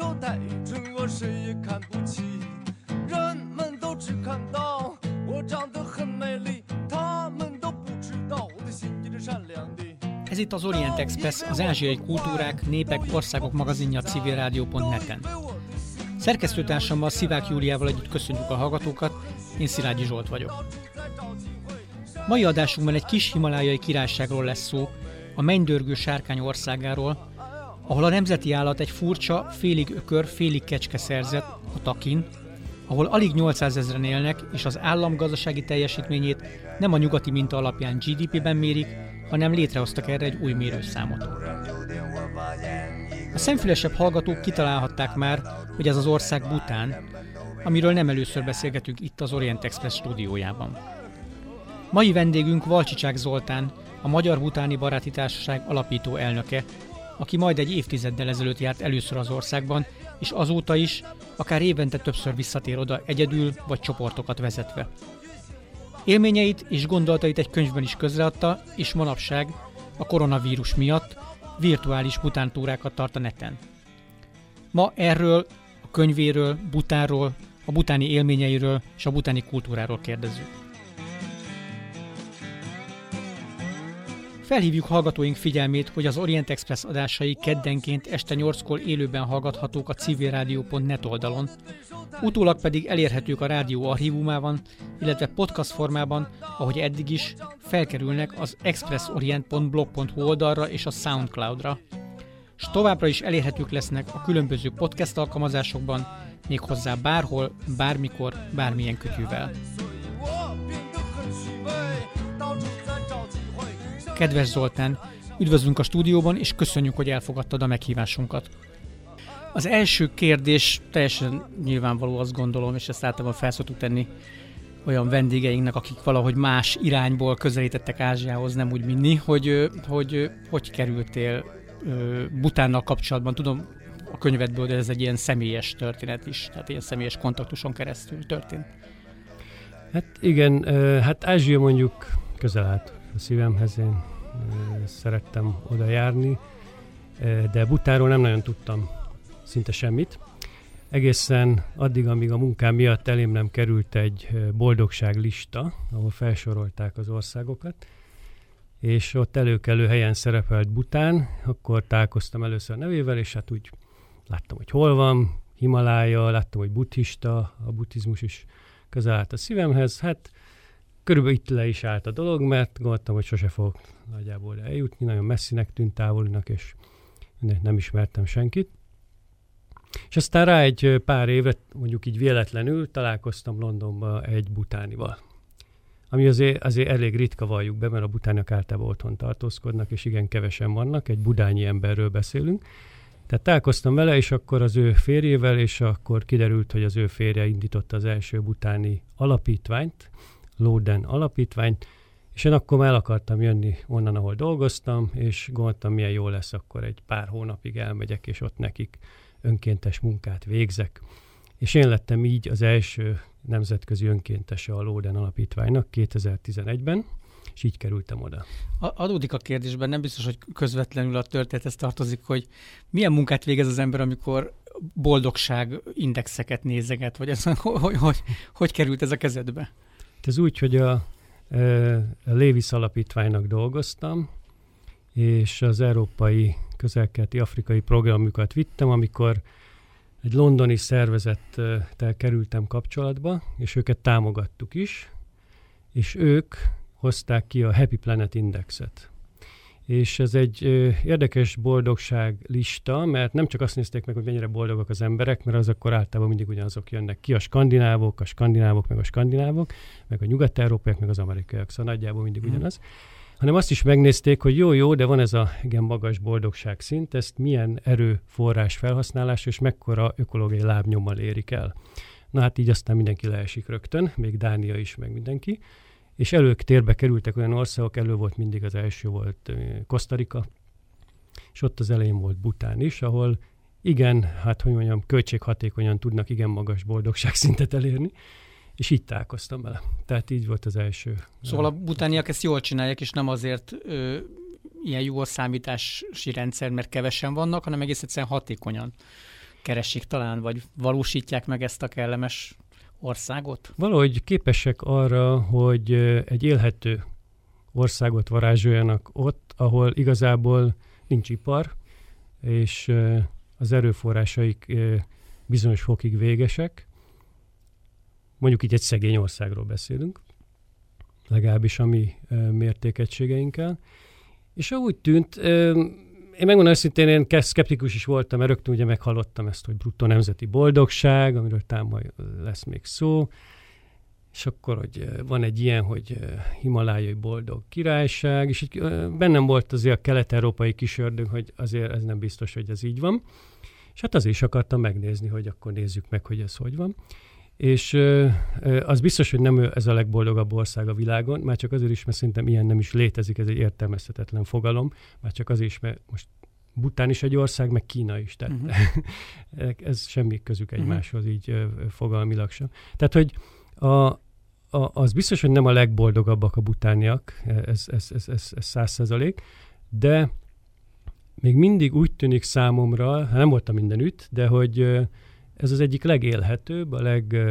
都带着我，谁也看不起。人们都只看到我长得很美丽，他们都不知道我的心地是善良的。 Ez itt az Orient Express, az ázsiai kultúrák, népek, országok magazinja a civilrádió.net-en. Szerkesztőtársammal, Szivák Júliával együtt köszönjük a hallgatókat, én Szilágyi Zsolt vagyok. Mai adásunkban egy kis himalájai királyságról lesz szó, a mennydörgő sárkány országáról, ahol a nemzeti állat egy furcsa, félig ökör, félig kecskeszerzet, a takin, ahol alig 800 000-en élnek, és az állam gazdasági teljesítményét nem a nyugati minta alapján GDP-ben mérik, hanem létrehoztak erre egy új mérőszámot. A szemfülesebb hallgatók kitalálhatták már, hogy ez az ország Bhután, amiről nem először beszélgetünk itt az Orient Express stúdiójában. Mai vendégünk Valcsicsák Zoltán, a Magyar Bhutáni Baráti Társaság alapító elnöke, aki majd egy évtizeddel ezelőtt járt először az országban, és azóta is, akár évente többször visszatér oda egyedül vagy csoportokat vezetve. Élményeit és gondolatait egy könyvben is közreadta, és manapság, a koronavírus miatt virtuális Bhután túrákat tart a neten. Ma erről, a könyvéről, Bhutánról, a bhutáni élményeiről és a bhutáni kultúráról kérdezzük. Felhívjuk hallgatóink figyelmét, hogy az Orient Express adásai keddenként este 8-kor élőben hallgathatók a civilrádió.net oldalon, utólag pedig elérhetők a rádió archívumában, illetve podcast formában, ahogy eddig is, felkerülnek az expressorient.blog.hu oldalra és a Soundcloudra. S továbbra is elérhetők lesznek a különböző podcast alkalmazásokban, méghozzá bárhol, bármikor, bármilyen kütyűvel. Kedves Zoltán, üdvözlünk a stúdióban, és köszönjük, hogy elfogadtad a meghívásunkat. Az első kérdés teljesen nyilvánvaló, azt gondolom, és ezt általában fel szoktuk tenni olyan vendégeinknek, akik valahogy más irányból közelítettek Ázsiához, nem úgy minni, hogy kerültél Bhutánnal kapcsolatban. Tudom a könyvedből, de ez egy ilyen személyes történet is, tehát ilyen személyes kontaktuson keresztül történt. Hát igen, hát Ázsia mondjuk közel állt a szívemhez, én szerettem oda járni, de Bhutánról nem nagyon tudtam szinte semmit. Egészen addig, amíg a munkám miatt elém nem került egy boldogságlista, ahol felsorolták az országokat, és ott előkelő helyen szerepelt Bhután, akkor találkoztam először a nevével, és hát úgy láttam, hogy hol van, Himalája, láttam, hogy buddhista, a buddhizmus is közel állt a szívemhez, hát körülbelül itt le is állt a dolog, mert gondoltam, hogy sose fogok nagyjából eljutni, nagyon messzinek tűnt, távolinak, és nem ismertem senkit. És aztán rá egy pár évre, mondjuk így véletlenül találkoztam Londonban egy bhutánival. Ami azért elég ritka, valljuk be, mert a bhutániak általában otthon tartózkodnak, és igen kevesen vannak, egy budányi emberről beszélünk. Tehát találkoztam vele, és akkor az ő férjével, és akkor kiderült, hogy az ő férje indította az első bhutáni alapítványt, Loden alapítványt, és én akkor már el akartam jönni onnan, ahol dolgoztam, és gondoltam, milyen jó lesz, akkor egy pár hónapig elmegyek, és ott nekik önkéntes munkát végzek. És én lettem így az első nemzetközi önkéntese a Loden alapítványnak 2011-ben, és így kerültem oda. Adódik a kérdésben, nem biztos, hogy közvetlenül a történethez tartozik, hogy milyen munkát végez az ember, amikor boldogság indexeket nézeget, vagy ez, hogy került ez a kezedbe? Ez úgy, hogy a Lévisz alapítványnak dolgoztam, és az európai közel-keleti afrikai programjukat vittem, amikor egy londoni szervezettel kerültem kapcsolatba, és őket támogattuk is, és ők hozták ki a Happy Planet Indexet. És ez egy érdekes boldogság lista, mert nem csak azt nézték meg, hogy mennyire boldogak az emberek, mert az akkor általában mindig ugyanazok jönnek ki, a skandinávok, meg a nyugat-európaiak, meg az amerikaiak, szóval nagyjából mindig ugyanaz. Hanem azt is megnézték, hogy jó, de van ez a igen magas boldogság szint, ezt milyen erőforrás felhasználás és mekkora ökológiai lábnyommal érik el. Na hát így aztán mindenki leesik rögtön, még Dánia is, meg mindenki. És előtérbe kerültek olyan országok, elő volt mindig az első, volt Costa Rica, és ott az elején volt Bhután is, ahol igen, hát hogy mondjam, költséghatékonyan tudnak igen magas boldogságszintet elérni, és így találkoztam vele. Tehát így volt az első. Szóval a bhutániak ezt jól csinálják, és nem azért ilyen jó a számítási rendszer, mert kevesen vannak, hanem egész egyszerűen hatékonyan keresik talán, vagy valósítják meg ezt a kellemes országot? Valahogy képesek arra, hogy egy élhető országot varázsoljanak ott, ahol igazából nincs ipar, és az erőforrásaik bizonyos fokig végesek. Mondjuk így egy szegény országról beszélünk, legalábbis a mi mértékegységeinkkel. És úgy tűnt, én megmondom őszintén, én szkeptikus is voltam, mert rögtön ugye meghallottam ezt, hogy bruttó nemzeti boldogság, amiről talán majd lesz még szó, és akkor, hogy van egy ilyen, hogy himalájai boldog királyság, és bennem volt azért a kelet-európai kisördög, hogy azért ez nem biztos, hogy ez így van. És hát azért is akartam megnézni, hogy akkor nézzük meg, hogy ez hogy van. És az biztos, hogy nem ez a legboldogabb ország a világon, már csak azért is, mert szerintem ilyen nem is létezik, ez egy értelmezhetetlen fogalom, már csak azért is, mert most Bhután is egy ország, meg Kína is, tehát ez semmi közük egymáshoz így fogalmilag sem. Tehát, hogy az biztos, hogy nem a legboldogabbak a bhutániak, ez 100%, de még mindig úgy tűnik számomra, nem voltam mindenütt, de hogy ez az egyik legélhetőbb, a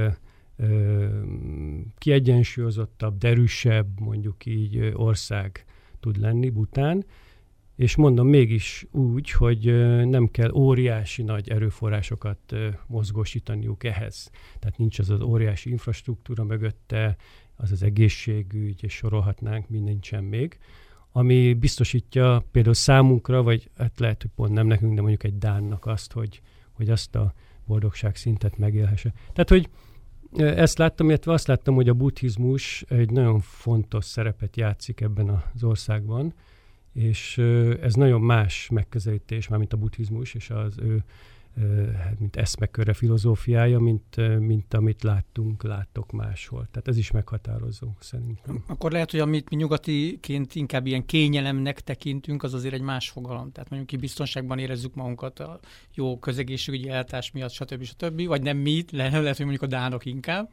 legkiegyensúlyozottabb, derűsebb, mondjuk így ország tud lenni Bhután, és mondom mégis úgy, hogy nem kell óriási nagy erőforrásokat mozgósítaniuk ehhez. Tehát nincs az óriási infrastruktúra mögötte, az az egészségügy, és sorolhatnánk, nincsen még, ami biztosítja például számunkra, vagy hát lehet, hogy pont nem nekünk, de mondjuk egy dánnak azt, hogy azt a boldogság szintet megélhesse. Tehát, hogy ezt láttam, illetve azt láttam, hogy a buddhizmus egy nagyon fontos szerepet játszik ebben az országban, és ez nagyon más megközelítés, mármint a buddhizmus, és az ő mint eszmekörre filozófiája, mint amit látok máshol. Tehát ez is meghatározó szerintem. Akkor lehet, hogy amit mi nyugatiként inkább ilyen kényelemnek tekintünk, az azért egy más fogalom. Tehát mondjuk ki biztonságban érezzük magunkat a jó közegészségügyi ellátás miatt, stb. Vagy nem mi, lehet, hogy mondjuk a dánok inkább.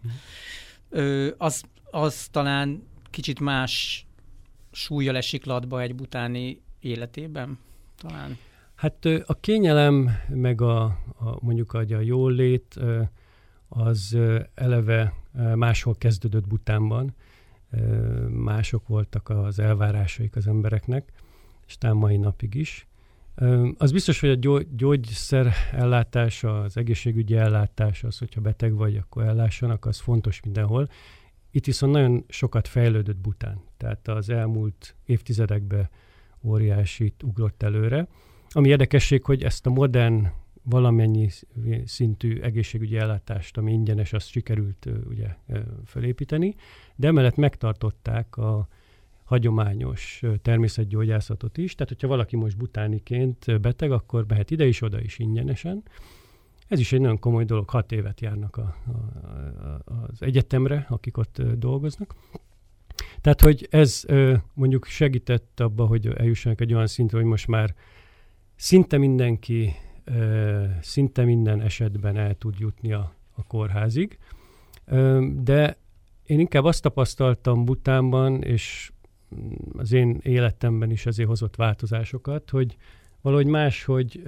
Az talán kicsit más súllyal esik latba egy bhutáni életében talán. Hát a kényelem, meg mondjuk a jólét, az eleve máshol kezdődött Bhutánban. Mások voltak az elvárásaik az embereknek, és talán mai napig is. Az biztos, hogy a gyógyszer ellátása, az egészségügyi ellátás, az, hogyha beteg vagy, akkor ellássanak, az fontos mindenhol. Itt viszont nagyon sokat fejlődött Bhután. Tehát az elmúlt évtizedekben óriásit ugrott előre. Ami érdekesség, hogy ezt a modern, valamennyi szintű egészségügyi ellátást, ami ingyenes, azt sikerült ugye felépíteni, de emellett megtartották a hagyományos természetgyógyászatot is. Tehát, hogyha valaki most bhutániként beteg, akkor mehet ide is, oda is ingyenesen. Ez is egy nagyon komoly dolog, 6 évet járnak az egyetemre, akik ott dolgoznak. Tehát, hogy ez mondjuk segített abba, hogy eljussanak egy olyan szintre, hogy most már szinte mindenki, szinte minden esetben el tud jutni a kórházig. De én inkább azt tapasztaltam Bhutánban, és az én életemben is ezért hozott változásokat, hogy valahogy máshogy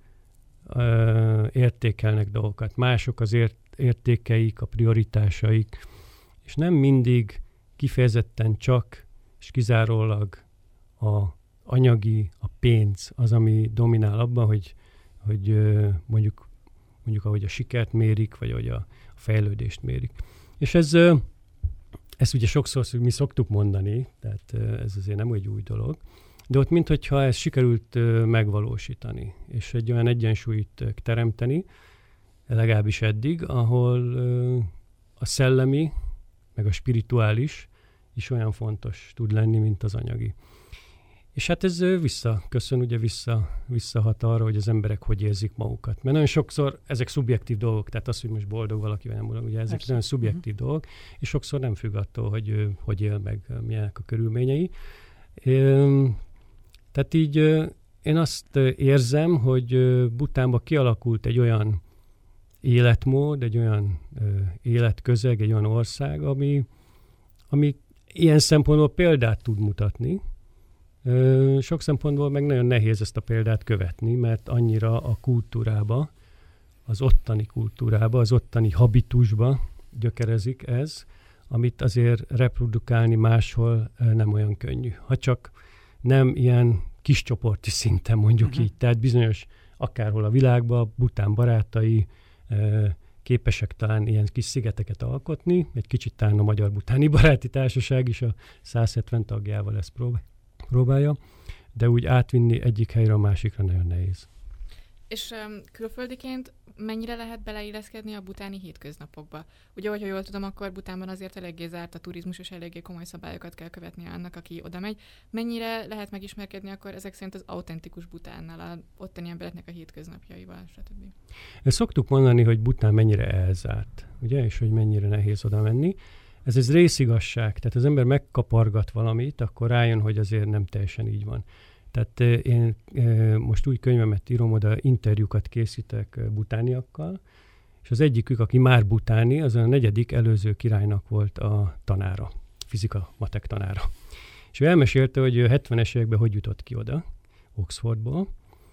értékelnek dolgokat. Mások az értékeik, a prioritásaik, és nem mindig kifejezetten csak és kizárólag a anyagi, a pénz az, ami dominál abban, hogy mondjuk ahogy a sikert mérik, vagy ahogy a fejlődést mérik. És ezt ugye sokszor mi szoktuk mondani, tehát ez azért nem egy új dolog, de ott minthogyha ezt sikerült megvalósítani, és egy olyan egyensúlyt teremteni, legalábbis eddig, ahol a szellemi, meg a spirituális is olyan fontos tud lenni, mint az anyagi. És hát ez visszahat arra, hogy az emberek hogy érzik magukat. Mert nagyon sokszor ezek szubjektív dolgok, tehát az, hogy most boldog valaki, vagy nem boldog, ugye ezek nagyon szubjektív dolgok, és sokszor nem függ attól, hogy él meg, milyenek a körülményei. Tehát így én azt érzem, hogy Bhutánban kialakult egy olyan életmód, egy olyan életközeg, egy olyan ország, ami ilyen szempontból példát tud mutatni. Sok szempontból meg nagyon nehéz ezt a példát követni, mert annyira a kultúrába az ottani kultúrába, az ottani habitusba gyökerezik ez, amit azért reprodukálni máshol nem olyan könnyű. Ha csak nem ilyen kiscsoporti szinten mondjuk így, tehát bizonyos akárhol a világban Bhután barátai képesek talán ilyen kis szigeteket alkotni, egy kicsit talán a Magyar-Bhutáni Baráti Társaság is a 170 tagjával ezt próbálja, de úgy átvinni egyik helyre a másikra nagyon nehéz. És külföldiként mennyire lehet beleilleszkedni a bhutáni hétköznapokba? Ugye, hogyha jól tudom, akkor Bhutánban azért eléggé zárt a turizmus, és eléggé komoly szabályokat kell követni annak, aki oda megy. Mennyire lehet megismerkedni akkor ezek szerint az autentikus Bhutánnal, az ottani embereknek a hétköznapjaival, stb.? Szoktuk mondani, hogy Bhután mennyire elzárt, ugye, és hogy mennyire nehéz oda menni. Ez egy részigazság, tehát az ember megkapargat valamit, akkor rájön, hogy azért nem teljesen így van. Tehát én most új könyvemet írom, oda interjúkat készítek bhutániakkal, és az egyikük, aki már bhutáni, az a 4. előző királynak volt a tanára, fizika-matek tanára. És ő elmesélte, hogy 70-es években hogy jutott ki oda, Oxfordból,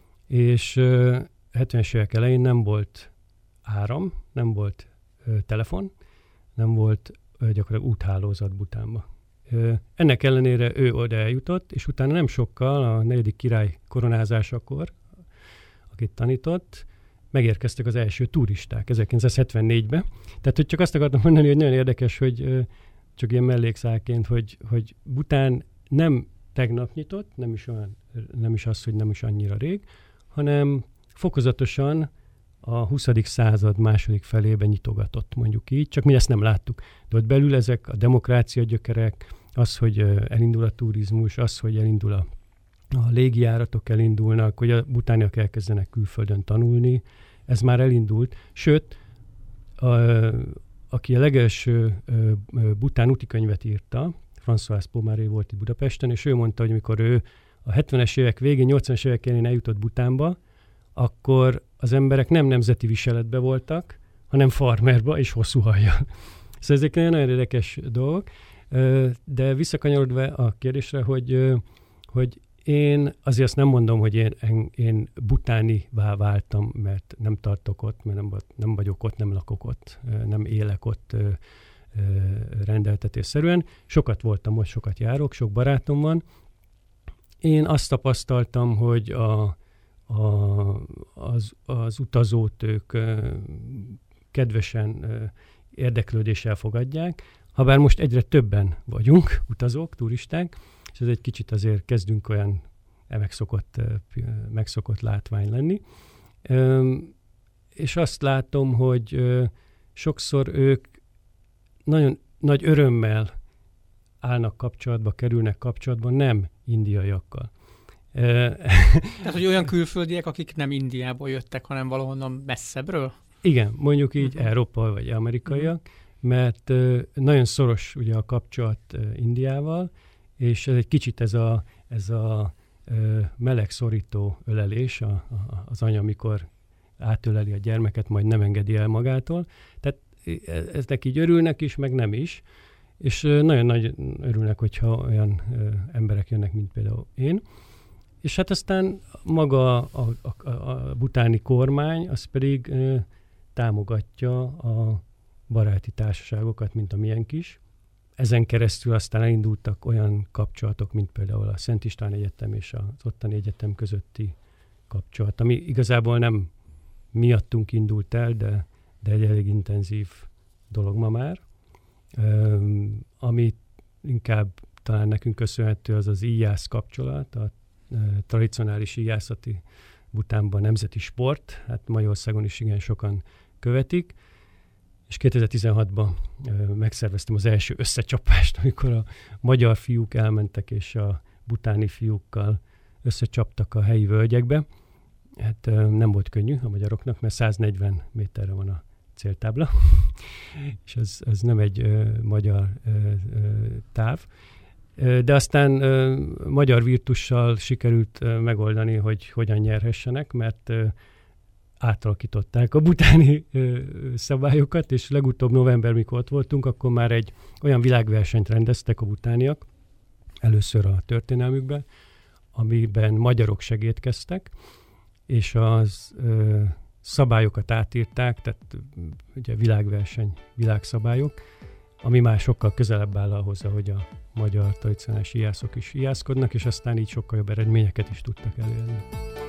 és 70-es évek elején nem volt áram, nem volt telefon, nem volt gyakorlatilag úthálózat Bhutánban. Ennek ellenére ő oda eljutott, és utána nem sokkal, a 4. király koronázásakor, akit tanított, megérkeztek az első turisták 1974-ben. Tehát, hogy csak azt akartam mondani, hogy nagyon érdekes, hogy csak ilyen mellékszálként, hogy Bhután nem tegnap nyitott, nem is az, hogy nem is annyira rég, hanem fokozatosan a 20. század második felében nyitogatott, mondjuk így, csak mi ezt nem láttuk. De ott belül ezek a demokrácia gyökerek, az, hogy elindul a turizmus, az, hogy elindul a légijáratok elindulnak, hogy a bhutániak elkezdenek külföldön tanulni, ez már elindult. Sőt, aki a legelső Bhután útikönyvet írta, François Pomaré volt itt Budapesten, és ő mondta, hogy mikor ő a 70-es évek végén, 80-es évek elején eljutott Bhutánba, akkor az emberek nem nemzeti viseletbe voltak, hanem farmerba és hosszú hajjal. Szóval ezek nagyon érdekes dolgok, de visszakanyarodva a kérdésre, hogy én azért azt nem mondom, hogy én bhutánivá váltam, mert nem tartok ott, mert nem vagyok ott, nem lakok ott, nem élek ott rendeltetésszerűen. Sokat voltam ott, sokat járok, sok barátom van. Én azt tapasztaltam, hogy az utazót ők kedvesen érdeklődéssel fogadják, habár most egyre többen vagyunk, utazók, turisták, és ez egy kicsit azért kezdünk olyan megszokott látvány lenni. És azt látom, hogy sokszor ők nagyon nagy örömmel állnak kapcsolatba, kerülnek kapcsolatba nem indiaiakkal. Tehát, hogy olyan külföldiek, akik nem Indiából jöttek, hanem valahonnan messzebbről? Igen, mondjuk így Európa vagy amerikaiak, mert nagyon szoros ugye a kapcsolat Indiával, és ez egy kicsit ez a meleg szorító ölelés, az anya, amikor átöleli a gyermeket, majd nem engedi el magától. Tehát eznek így örülnek is, meg nem is. És nagyon nagy örülnek, hogyha olyan emberek jönnek, mint például én. És hát aztán maga a bhutáni kormány, az pedig támogatja a baráti társaságokat, mint a miénk is. Ezen keresztül aztán elindultak olyan kapcsolatok, mint például a Szent István Egyetem és az ottani egyetem közötti kapcsolat, ami igazából nem miattunk indult el, de egy elég intenzív dolog ma már. Ami inkább talán nekünk köszönhető, az az íjász kapcsolat, a tradicionális íjászati Bhutánban nemzeti sport, hát Magyarországon is igen sokan követik, és 2016-ban megszerveztem az első összecsapást, amikor a magyar fiúk elmentek, és a bhutáni fiúkkal összecsaptak a helyi völgyekbe. Hát nem volt könnyű a magyaroknak, mert 140 méterre van a céltábla, és ez nem egy magyar táv. De aztán magyar virtussal sikerült megoldani, hogy hogyan nyerhessenek, mert átalakították a bhutáni szabályokat, és legutóbb november, mikor ott voltunk, akkor már egy olyan világversenyt rendeztek a bhutániak, először a történelmükben, amiben magyarok segédkeztek, és szabályokat átírták, tehát ugye világverseny, világszabályok, ami már sokkal közelebb áll ahhoz, ahogy a magyar tradicionális íjászok is íjászkodnak, és aztán így sokkal jobb eredményeket is tudtak elérni.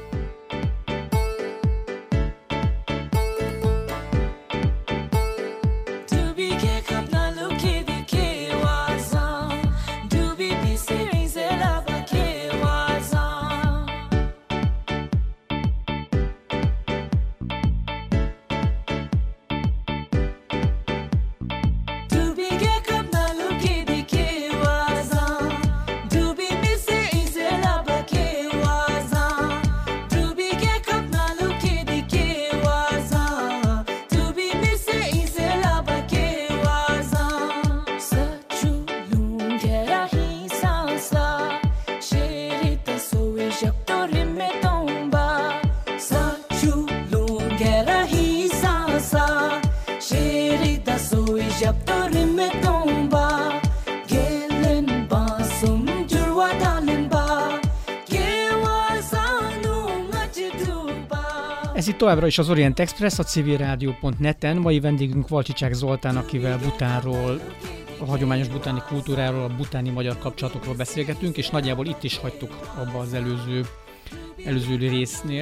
Ez itt továbbra is az Orient Express, a civilradio.net-en. Mai vendégünk Valcsicsák Zoltán, akivel Bhutánról, a hagyományos bhutáni kultúráról, a bhutáni magyar kapcsolatokról beszélgetünk, és nagyjából itt is hagytuk abba az előző résznél.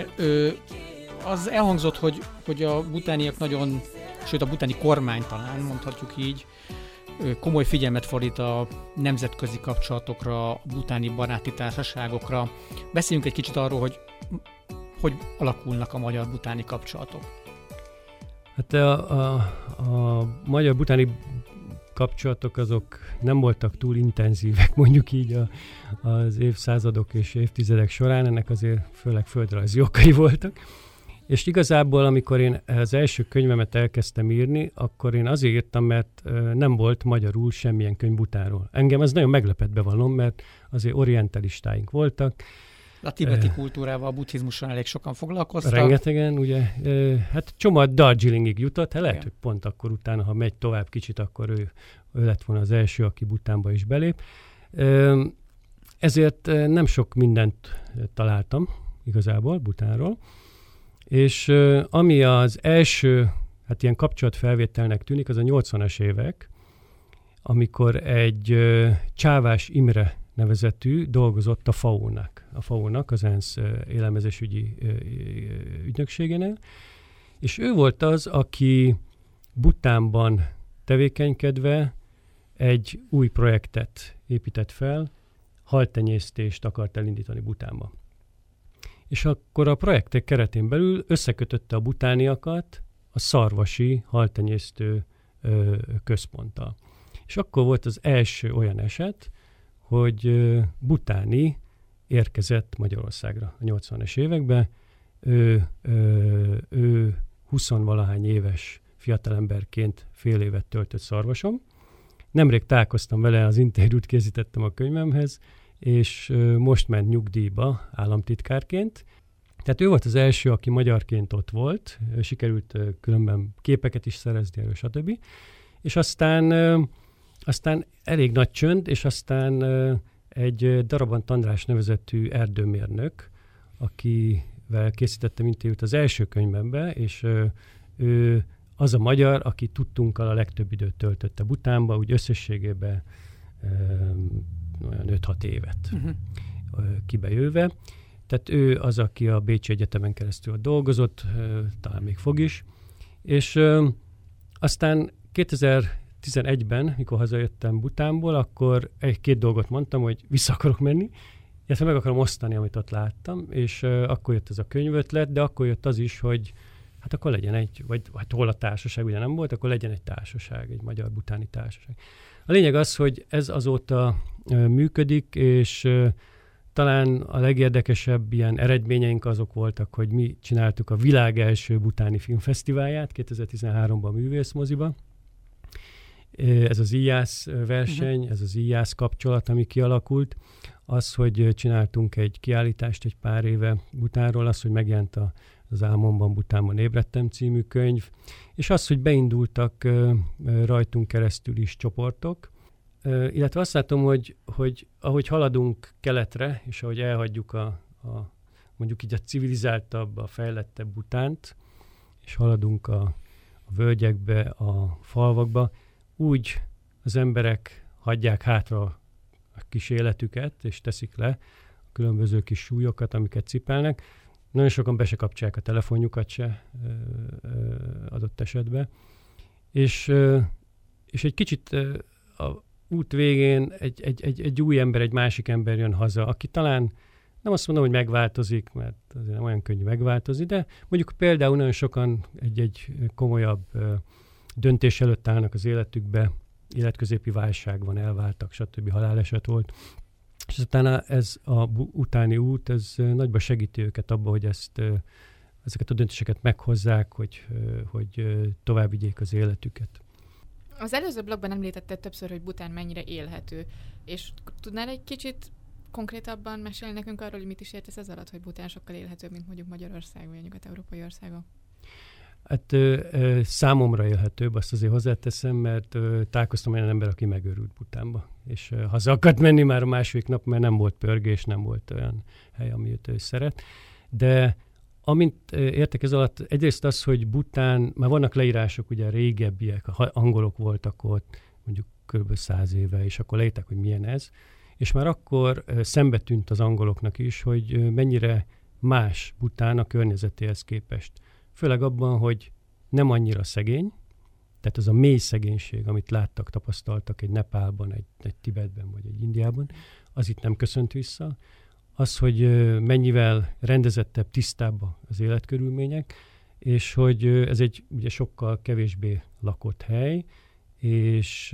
Az elhangzott, hogy a bhutániak nagyon, sőt a bhutáni kormány talán, mondhatjuk így, komoly figyelmet fordít a nemzetközi kapcsolatokra, a bhutáni baráti társaságokra. Beszéljünk egy kicsit arról, hogy alakulnak a magyar-bhutáni kapcsolatok. Hát a magyar-bhutáni kapcsolatok azok nem voltak túl intenzívek, mondjuk így az évszázadok és évtizedek során, ennek azért főleg földrajzi okai voltak. És igazából, amikor én az első könyvemet elkezdtem írni, akkor én azért írtam, mert nem volt magyarul semmilyen könyv Bhutánról. Engem ez nagyon meglepett, bevallom, mert azért orientalistáink voltak. A tibeti kultúrával, a buddhizmussal elég sokan foglalkoztak. Rengetegen, ugye. Hát csomó Darjeelingig jutott, hát lehet, hogy pont akkor utána, ha megy tovább kicsit, akkor ő lett volna az első, aki Bhutánba is belép. Ezért nem sok mindent találtam igazából Bhutánról. És ami az első, hát ilyen kapcsolatfelvételnek tűnik, az a 80-as évek, amikor egy Csávás Imre nevezetű dolgozott a FAO-nak. A FAO-nak, az ENSZ élelmezésügyi ügynökségénél, és ő volt az, aki Bhutánban tevékenykedve egy új projektet épített fel, haltenyésztést akart elindítani Bhutánba. És akkor a projektek keretén belül összekötötte a bhutániakat a szarvasi haltenyésztő központtal. És akkor volt az első olyan eset, hogy bhutáni érkezett Magyarországra a 80-es években. Ő 20-valahány éves fiatalemberként fél évet töltött Szarvason. Nemrég találkoztam vele, az interjút készítettem a könyvemhez, és most ment nyugdíjba államtitkárként. Tehát ő volt az első, aki magyarként ott volt, sikerült különben képeket is szerezni erről, stb. És aztán elég nagy csönd, és aztán egy Darabant András nevezetű erdőmérnök, akivel készítettem interjút az első könyvembe, és ő az a magyar, aki tudtunkkal a legtöbb időt töltötte Bhutánba, úgy összességében olyan 5-6 évet kibejöve. Tehát ő az, aki a Bécsi Egyetemen keresztül dolgozott, talán még fog is. És aztán 2011-ben, mikor hazajöttem Bhutánból, akkor egy-két dolgot mondtam, hogy vissza akarok menni, illetve meg akarom osztani, amit ott láttam, és akkor jött ez a könyvötlet, de akkor jött az is, hogy hát akkor legyen egy, vagy hát hol a társaság ugye nem volt, akkor legyen egy társaság, egy magyar-bhutáni társaság. A lényeg az, hogy ez azóta működik, és talán a legérdekesebb ilyen eredményeink azok voltak, hogy mi csináltuk a világ első bhutáni filmfesztiválját 2013-ban Művészmoziba. Ez az íjász verseny, ez az íjász kapcsolat, ami kialakult. Az, hogy csináltunk egy kiállítást egy pár éve Bhutánról, az, hogy megjelent az Álmomban Bhutánban ébredtem című könyv, és az, hogy beindultak rajtunk keresztül is csoportok, illetve azt látom, hogy ahogy haladunk keletre, és ahogy elhagyjuk mondjuk így a civilizáltabb, a fejlettebb Bhutánt, és haladunk a völgyekbe, a falvakba, úgy az emberek hagyják hátra a kis életüket, és teszik le a különböző kis súlyokat, amiket cipelnek. Nagyon sokan be se kapcsolják a telefonjukat se adott esetben. És egy kicsit a út végén egy új ember, egy másik ember jön haza, aki talán nem azt mondom, hogy megváltozik, mert azért nem olyan könnyű megváltozni, de mondjuk például nagyon sokan egy komolyabb döntés előtt állnak az életükbe, életközépi válság van, elváltak, stb. Haláleset volt. És utána ez utáni út, ez nagyban segíti őket abba, hogy ezeket a döntéseket meghozzák, hogy tovább vigyék az életüket. Az előző blogban említetted többször, hogy Bhután mennyire élhető, és tudnál egy kicsit konkrétabban mesélni nekünk arról, hogy mit is értesz ez alatt, hogy Bhután sokkal élhetőbb, mint mondjuk Magyarország vagy a nyugat-európai országok? Hát számomra élhetőbb, azt azért hozzáteszem, mert találkoztam olyan ember, aki megőrült Bhutánba, és haza akart menni már a második nap, mert nem volt pörgés, nem volt olyan hely, amit ő szeret. De amint értek ez alatt, egyrészt az, hogy Bhután, már vannak leírások, ugye régebbiek, angolok voltak ott, mondjuk kb. 100 éve, és akkor leírták, hogy milyen ez, és már akkor szembe tűnt az angoloknak is, hogy mennyire más Bhután a környezetéhez képest. Főleg abban, hogy nem annyira szegény, tehát az a mély szegénység, amit láttak, tapasztaltak egy Nepálban, egy Tibetben vagy egy Indiában, az itt nem köszönt vissza. Az, hogy mennyivel rendezettebb, tisztább az életkörülmények, és hogy ez egy ugye sokkal kevésbé lakott hely, és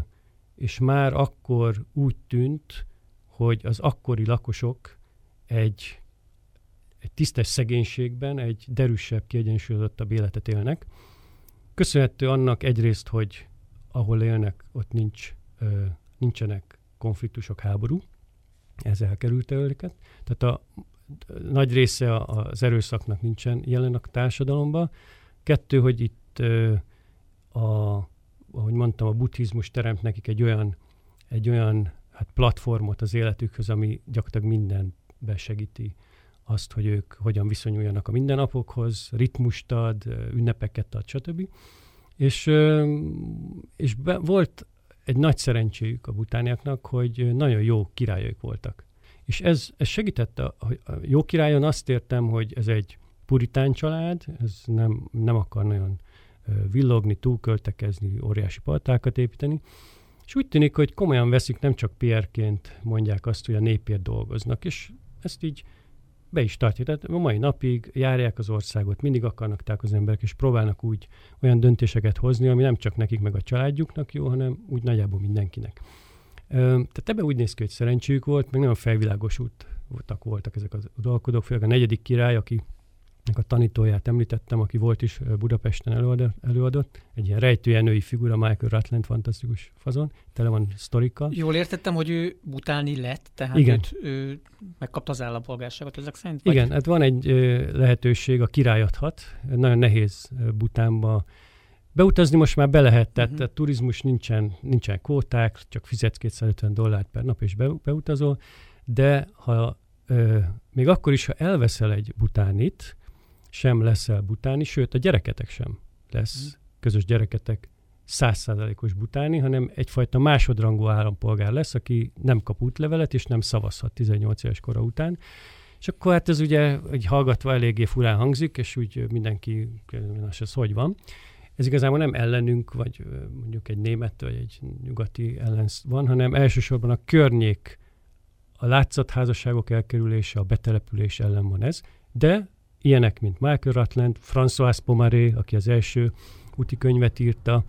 már akkor úgy tűnt, hogy az akkori lakosok egy tisztes szegénységben egy derűsebb, kiegyensúlyozottabb életet élnek. Köszönhető annak egyrészt, hogy ahol élnek, ott nincsenek konfliktusok, háború, ez elkerült őket. Tehát a nagy része az erőszaknak nincsen jelen a társadalomban. 2, hogy itt, ahogy mondtam, a buddhizmus teremt nekik egy olyan platformot az életükhöz, ami gyakorlatilag mindenben segíti azt, hogy ők hogyan viszonyuljanak a mindennapokhoz, ritmust ad, ünnepeket ad, stb. És volt egy nagy szerencséjük a bhutániaknak, hogy nagyon jó királyaik voltak. És ez segítette, a jó királyon azt értem, hogy ez egy puritán család, ez nem akar nagyon villogni, túlköltekezni, óriási paltákat építeni, és úgy tűnik, hogy komolyan veszik, nem csak PR-ként mondják azt, hogy a népért dolgoznak, és ezt így be is tartják. Tehát a mai napig járják az országot, mindig akarnak találkozni az emberek, és próbálnak úgy olyan döntéseket hozni, ami nem csak nekik meg a családjuknak jó, hanem úgy nagyjából mindenkinek. Tehát ebben úgy néz ki, hogy szerencséjük volt, meg nagyon felvilágosultak voltak ezek az uralkodók, főleg a 4. király, akinek a tanítóját említettem, aki volt is Budapesten előadott, egy ilyen rejtőjenői figura, Michael Rutland, fantasztikus fazon, tele van sztorikkal. Jól értettem, hogy ő bhutáni lett, tehát ő megkapta az állampolgárságot ezek szerint? Vagy? Igen, hát van egy lehetőség, a király adhat, nagyon nehéz Bhutánba beutazni, most már be lehet, tehát a turizmus nincsen kvóták, csak fizetsz $250 per nap és beutazol, de ha még akkor is, ha elveszel egy bhutánit, sem leszel bhutáni, sőt a gyereketek sem lesz, közös gyereketek 100%-os bhutáni, hanem egyfajta másodrangú állampolgár lesz, aki nem kap útlevelet és nem szavazhat 18 éves kora után. És akkor hát ez ugye egy hallgatva eléggé furán hangzik, és úgy mindenki, ez hogy van. Ez igazából nem ellenünk, vagy mondjuk egy német, vagy egy nyugati ellen van, hanem elsősorban a környék, a látszatházasságok elkerülése, a betelepülés ellen van ez, de ilyenek, mint Michael Rutland, François Pomaré, aki az első úti könyvet írta,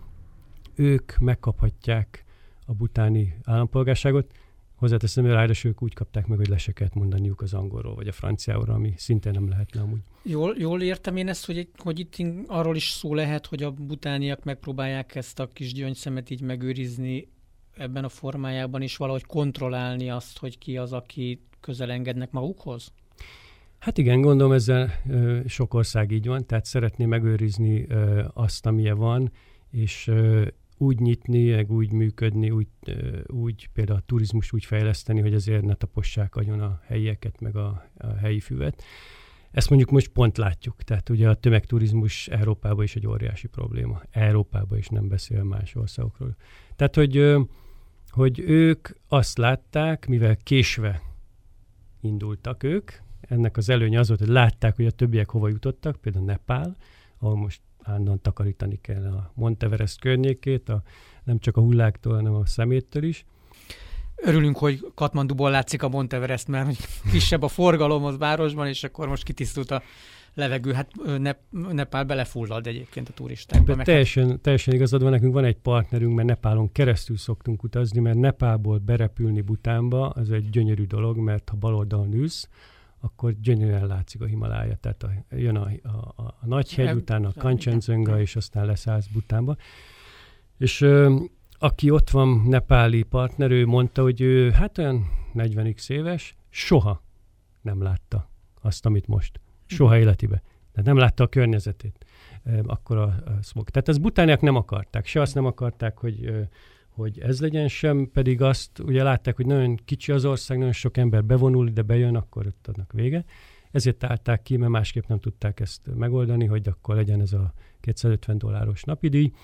ők megkaphatják a bhutáni állampolgárságot. Hozzáteszem, hogy ráadásul ők úgy kapták meg, hogy le se kellett mondaniuk az angolról vagy a franciáról, ami szintén nem lehetne amúgy. Jól értem én ezt, hogy itt arról is szó lehet, hogy a bhutániak megpróbálják ezt a kis gyöngyszemet így megőrizni ebben a formájában, és valahogy kontrollálni azt, hogy ki az, aki közel engednek magukhoz? Hát igen, gondolom ezzel sok ország így van, tehát szeretné megőrizni azt, amilyen van, és úgy nyitni, meg úgy működni, úgy például a turizmus úgy fejleszteni, hogy azért ne tapossák agyon a helyieket, meg a helyi füvet. Ezt mondjuk most pont látjuk. Tehát ugye a tömegturizmus Európában is egy óriási probléma. Európában is, nem beszél más országokról. Tehát, hogy ők azt látták, mivel késve indultak ők, ennek az előnye az volt, hogy látták, hogy a többiek hova jutottak, például Nepál, ahol most állandóan takarítani kell a Monteverest környékét, nem csak a hulláktól, hanem a szeméttől is. Örülünk, hogy Katmanduból látszik a Monteverest, mert kisebb a forgalom az városban, és akkor most kitisztult a levegő. Hát Nepál belefullad egyébként a turistákba. Teljesen igazad van, nekünk van egy partnerünk, mert Nepálon keresztül szoktunk utazni, mert Nepálból berepülni Bhutánba, az egy gyönyörű dolog, mert ha bal oldalon ülsz, akkor gyönyörűen látszik a Himalája. Tehát jön a nagy hegy, utána a Kancsenjunga, és aztán leszállsz Bhutánba. És aki ott van, nepáli partner, ő mondta, hogy ő hát olyan 40x éves, soha nem látta azt, amit most. Soha életében. Tehát nem látta a környezetét. Akkor a smog. Tehát ezt bhutániak nem akarták. Se azt nem akarták, hogy ez legyen, sem pedig azt, ugye látták, hogy nagyon kicsi az ország, nagyon sok ember bevonul, de bejön, akkor ott annak vége. Ezért állták ki, mert másképp nem tudták ezt megoldani, hogy akkor legyen ez a $250 napidíj.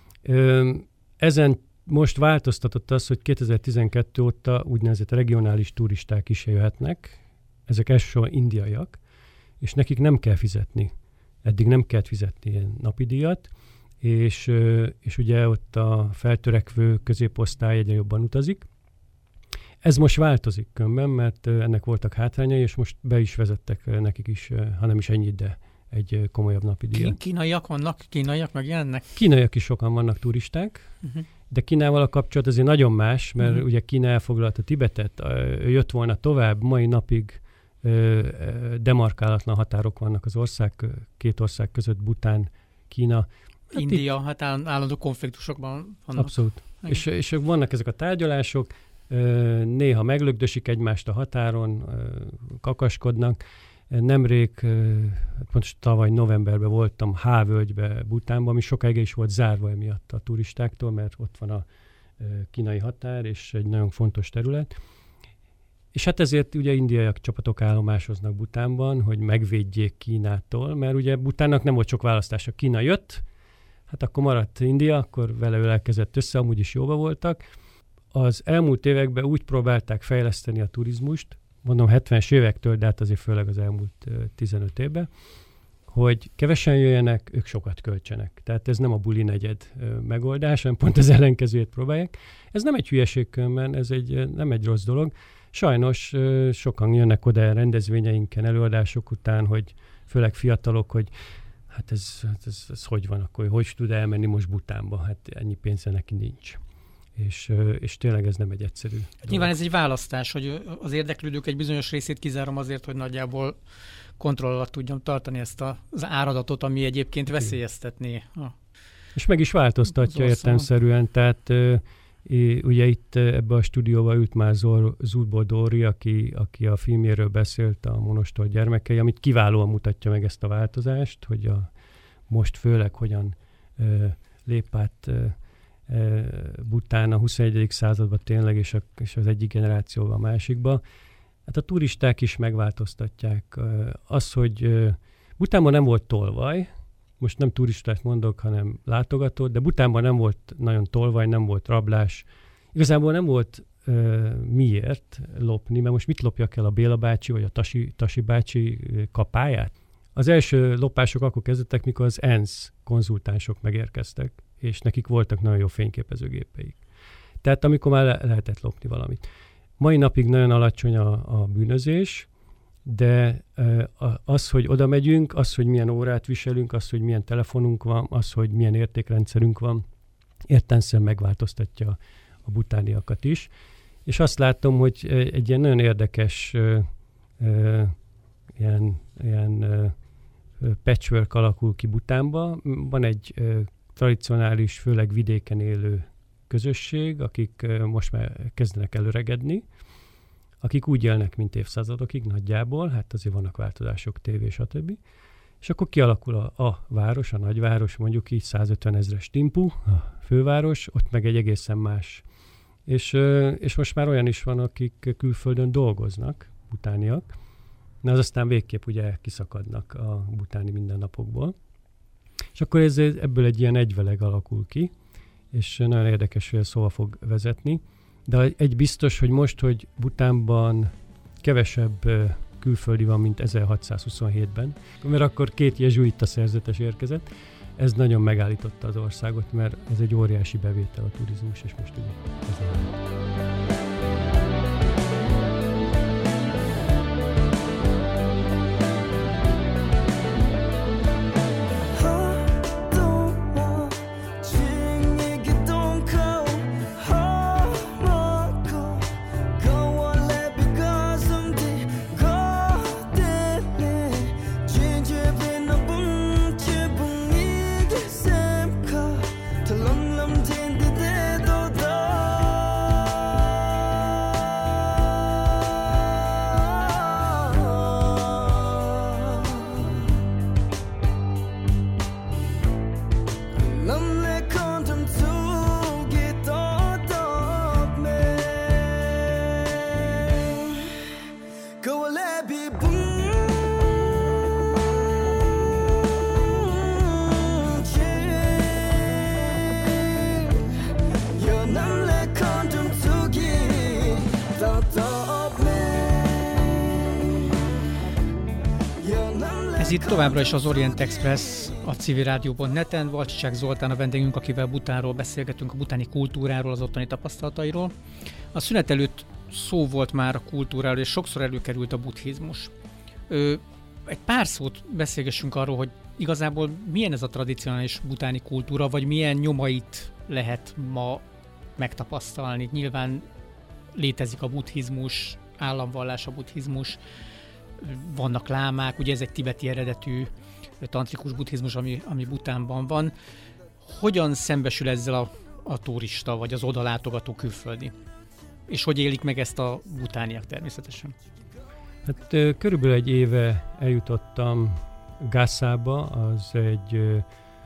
Ezen most változtatott az, hogy 2012 óta úgynevezett regionális turisták is jöhetnek. Ezek elsősorban indiaiak, és nekik nem kell fizetni. Eddig nem kellett fizetni ilyen napidíjat, és ugye ott a feltörekvő középosztály egyre jobban utazik. Ez most változik különben, mert ennek voltak hátrányai, és most be is vezettek nekik is, ha nem is ennyit, de egy komolyabb napidíjat. Kínaiak vannak? Kínaiak megjelennek? Kínaiak is sokan vannak turisták, de Kínával a kapcsolat azért nagyon más, mert ugye Kína elfoglalta Tibetet, jött volna tovább, mai napig demarkálatlan határok vannak az két ország között, Bhután, Kína. India, hát állandó konfliktusokban vannak. Abszolút. És vannak ezek a tárgyalások, néha meglögdösik egymást a határon, kakaskodnak. Nemrég, pontosan tavaly novemberben voltam H-völgybe, Bhutánban, ami sokáig is volt zárva emiatt a turistáktól, mert ott van a kínai határ, és egy nagyon fontos terület. És hát ezért ugye indiaiak csapatok állomásoznak Bhutánban, hogy megvédjék Kínától, mert ugye Bhutánnak nem volt sok választása. Kína jött, hát akkor maradt India, akkor vele ölelkezett össze, amúgy is jóba voltak. Az elmúlt években úgy próbálták fejleszteni a turizmust, mondom 70-es évektől, de hát azért főleg az elmúlt 15 évben, hogy kevesen jöjjenek, ők sokat költsenek. Tehát ez nem a buli negyed megoldás, hanem pont az ellenkezőjét próbálják. Ez nem egy hülyeség különben, ez nem egy rossz dolog. Sajnos sokan jönnek oda rendezvényeinken, előadások után, hogy főleg fiatalok, hogy hát ez hogy van akkor, hogy tud elmenni most Bhutánba? Hát ennyi pénze neki nincs. És tényleg ez nem egy egyszerű dolog. Nyilván ez egy választás, hogy az érdeklődők egy bizonyos részét kizárom azért, hogy nagyjából kontroll alatt tudjam tartani ezt az áradatot, ami egyébként veszélyeztetné. És meg is változtatja értelemszerűen, tehát ugye itt ebbe a stúdióba ült már Zubor Dóri, aki a filmjéről beszélt, a Monostor gyermekei, amit kiválóan mutatja meg ezt a változást, hogy most főleg hogyan lép át Bhután a 21. században tényleg, és az egyik generációval a másikba. Hát a turisták is megváltoztatják. Az, hogy Bhutánban nem volt tolvaj, most nem turistát mondok, hanem látogatót, de Bhutánban nem volt nagyon tolvaj, nem volt rablás. Igazából nem volt miért lopni, mert most mit lopjak el, a Béla bácsi vagy a Tasi bácsi kapáját? Az első lopások akkor kezdődtek, mikor az ENSZ konzultánsok megérkeztek, és nekik voltak nagyon jó fényképezőgépeik. Tehát amikor már lehetett lopni valamit. Mai napig nagyon alacsony a bűnözés, de az, hogy oda megyünk, az, hogy milyen órát viselünk, az, hogy milyen telefonunk van, az, hogy milyen értékrendszerünk van, értelemszerűen megváltoztatja a bhutániakat is. És azt látom, hogy egy ilyen nagyon érdekes ilyen patchwork alakul ki Bhutánba. Van egy tradicionális, főleg vidéken élő közösség, akik most már kezdenek előregedni, akik úgy élnek, mint évszázadokig nagyjából, hát azért vannak változások, tévé, stb. És akkor kialakul a város, a nagyváros, mondjuk így 150 000-es Thimphu, a főváros, ott meg egy egészen más. És most már olyan is van, akik külföldön dolgoznak, bhutániak, az aztán végképp ugye kiszakadnak a butáni mindennapokból. És akkor ebből egy ilyen egyveleg alakul ki, és nagyon érdekes, hogy szóval fog vezetni. De egy biztos, hogy most, hogy Bhutánban kevesebb külföldi van, mint 1627-ben, mert akkor 2 jezsuita szerzetes érkezett, ez nagyon megállította az országot, mert ez egy óriási bevétel a turizmus, és most ugye ez Ez itt továbbra is az Orient Express a civilrádió.net-en. Valcsicsák Zoltán a vendégünk, akivel Bhutánról beszélgetünk, a bhutáni kultúráról, az ottani tapasztalatairól. A szünet előtt szó volt már a kultúráról, és sokszor előkerült a buddhizmus. Egy pár szót beszélgessünk arról, hogy igazából milyen ez a tradicionális bhutáni kultúra, vagy milyen nyomait lehet ma megtapasztalni. Nyilván létezik a buddhizmus, államvallás a buddhizmus, vannak lámák, ugye ez egy tibeti eredetű tantrikus buddhizmus, ami Bhutánban van. Hogyan szembesül ezzel a turista, vagy az odalátogató külföldi? És hogy élik meg ezt a bhutániak természetesen? Hát körülbelül egy éve eljutottam Gászába, az egy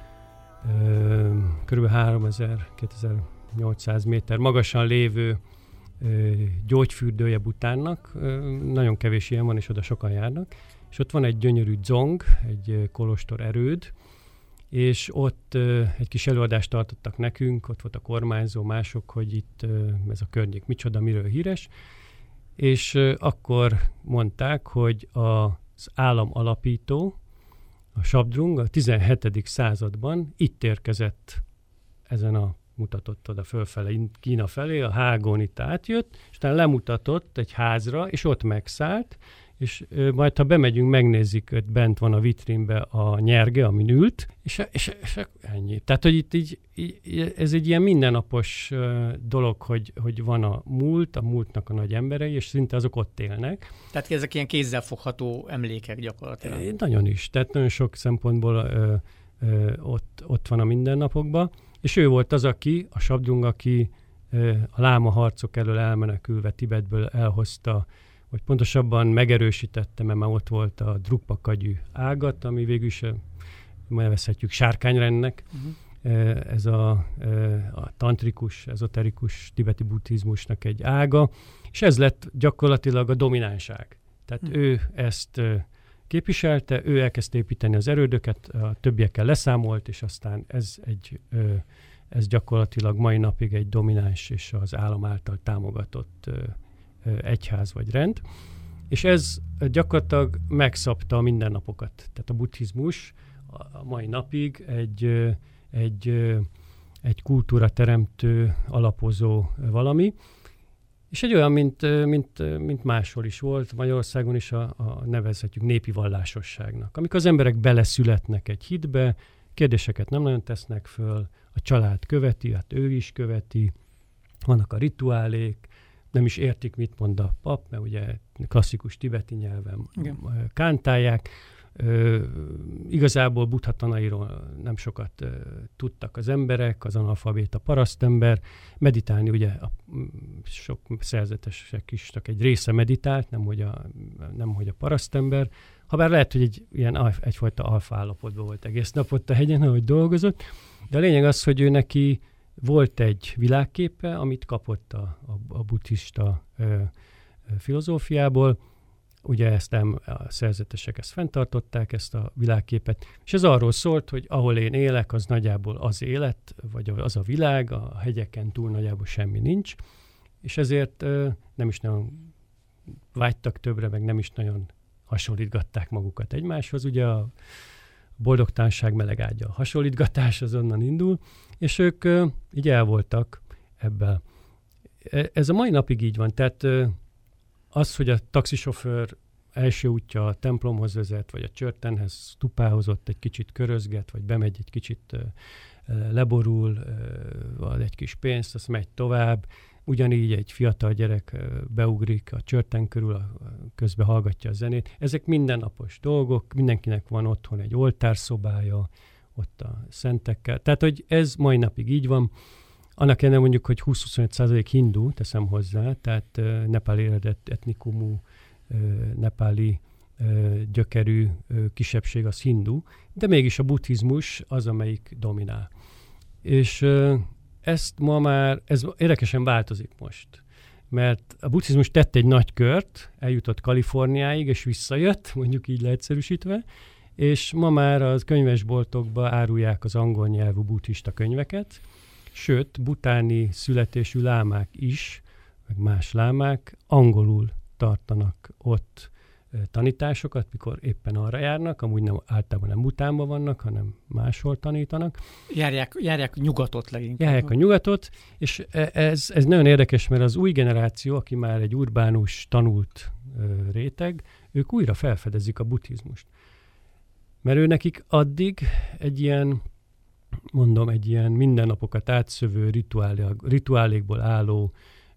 körülbelül 2800 méter magasan lévő gyógyfürdője Bhutánnak. Nagyon kevés ilyen van, és oda sokan járnak. És ott van egy gyönyörű dzong, egy kolostor erőd, és ott egy kis előadást tartottak nekünk, ott volt a kormányzó, mások, hogy itt ez a környék micsoda, miről híres, és akkor mondták, hogy az állam alapító, a Shabdrung a 17. században itt érkezett ezen a mutatott oda fölfele, Kína felé, a Hágon itt átjött, és utána lemutatott egy házra, és ott megszállt, és majd ha bemegyünk, megnézzük, hogy bent van a vitrínbe a nyerge, amin ült, és ennyi. Tehát, hogy itt ez egy ilyen mindennapos dolog, hogy van a múltnak a nagy emberei, és szinte azok ott élnek. Tehát ezek ilyen kézzelfogható emlékek gyakorlatilag. Nagyon is. Tehát nagyon sok szempontból ott van a mindennapokban. És ő volt az, aki, a Shabdrung, aki a láma harcok elől elmenekülve Tibetből elhozta, vagy pontosabban megerősítette, mert már ott volt a Drukpa kagyű ágat, ami végül is nevezhetjük sárkányrendnek. Ez a tantrikus, ezoterikus tibeti buddhizmusnak egy ága, és ez lett gyakorlatilag a domináns ág. Tehát ő ezt képviselte, ő elkezdte építeni az erődöket, a többiekkel leszámolt, és aztán ez gyakorlatilag mai napig egy domináns és az állam által támogatott egyház vagy rend. És ez gyakorlatilag megszabta a mindennapokat. Tehát a buddhizmus a mai napig egy kultúra teremtő, alapozó valami, és egy olyan, mint máshol is volt, Magyarországon is a nevezhetjük népi vallásosságnak. Amikor az emberek beleszületnek egy hitbe, kérdéseket nem nagyon tesznek föl, a család követi, hát ő is követi, vannak a rituálék, nem is értik, mit mond a pap, mert ugye klasszikus tibeti nyelven kántálják. Igazából Buddha tanairól nem sokat tudtak az emberek, az analfabéta parasztember. Meditálni ugye sok szerzetesek is csak egy része meditált, nem hogy a parasztember. Habár lehet, hogy egyfajta alfa állapotban volt egész nap ott a hegyen, ahogy dolgozott. De a lényeg az, hogy ő neki volt egy világképe, amit kapott a buddhista filozófiából. ugye a szerzetesek ezt fenntartották, ezt a világképet, és ez arról szólt, hogy ahol én élek, az nagyjából az élet, vagy az a világ, a hegyeken túl nagyjából semmi nincs, és ezért nem is nagyon vágytak többre, meg nem is nagyon hasonlítgatták magukat egymáshoz. Ugye a boldogtalanság meleg ágya, a hasonlítgatás az onnan indul, és ők így el voltak ebben. Ez a mai napig így van, tehát az, hogy a taxisofőr első útja a templomhoz vezet, vagy a csörtenhez, stupához ott egy kicsit körözget, vagy bemegy egy kicsit leborul, ad egy kis pénzt, azt megy tovább. Ugyanígy egy fiatal gyerek beugrik a csörten körül, közben hallgatja a zenét. Ezek mindennapos dolgok, mindenkinek van otthon egy oltárszobája, ott a szentekkel. Tehát, hogy ez mai napig így van. Annak ellenére mondjuk, hogy 20-25% hindu, teszem hozzá, tehát nepáli eredet etnikumú, nepáli gyökerű kisebbség az hindu, de mégis a buddhizmus az, amelyik dominál. És ezt ma már, ez érdekesen változik most, mert a buddhizmus tett egy nagy kört, eljutott Kaliforniáig, és visszajött, mondjuk így leegyszerűsítve, és ma már az könyvesboltokba árulják az angol nyelvű buddhista könyveket, sőt, butáni születésű lámák is, meg más lámák angolul tartanak ott tanításokat, mikor éppen arra járnak, amúgy nem, általában nem Butánban vannak, hanem máshol tanítanak. Járják nyugatot leginkább. Járják a nyugatot, és ez nagyon érdekes, mert az új generáció, aki már egy urbánus, tanult réteg, ők újra felfedezik a buddhizmust. Mert ő nekik addig egy ilyen mindennapokat átszövő rituálékból álló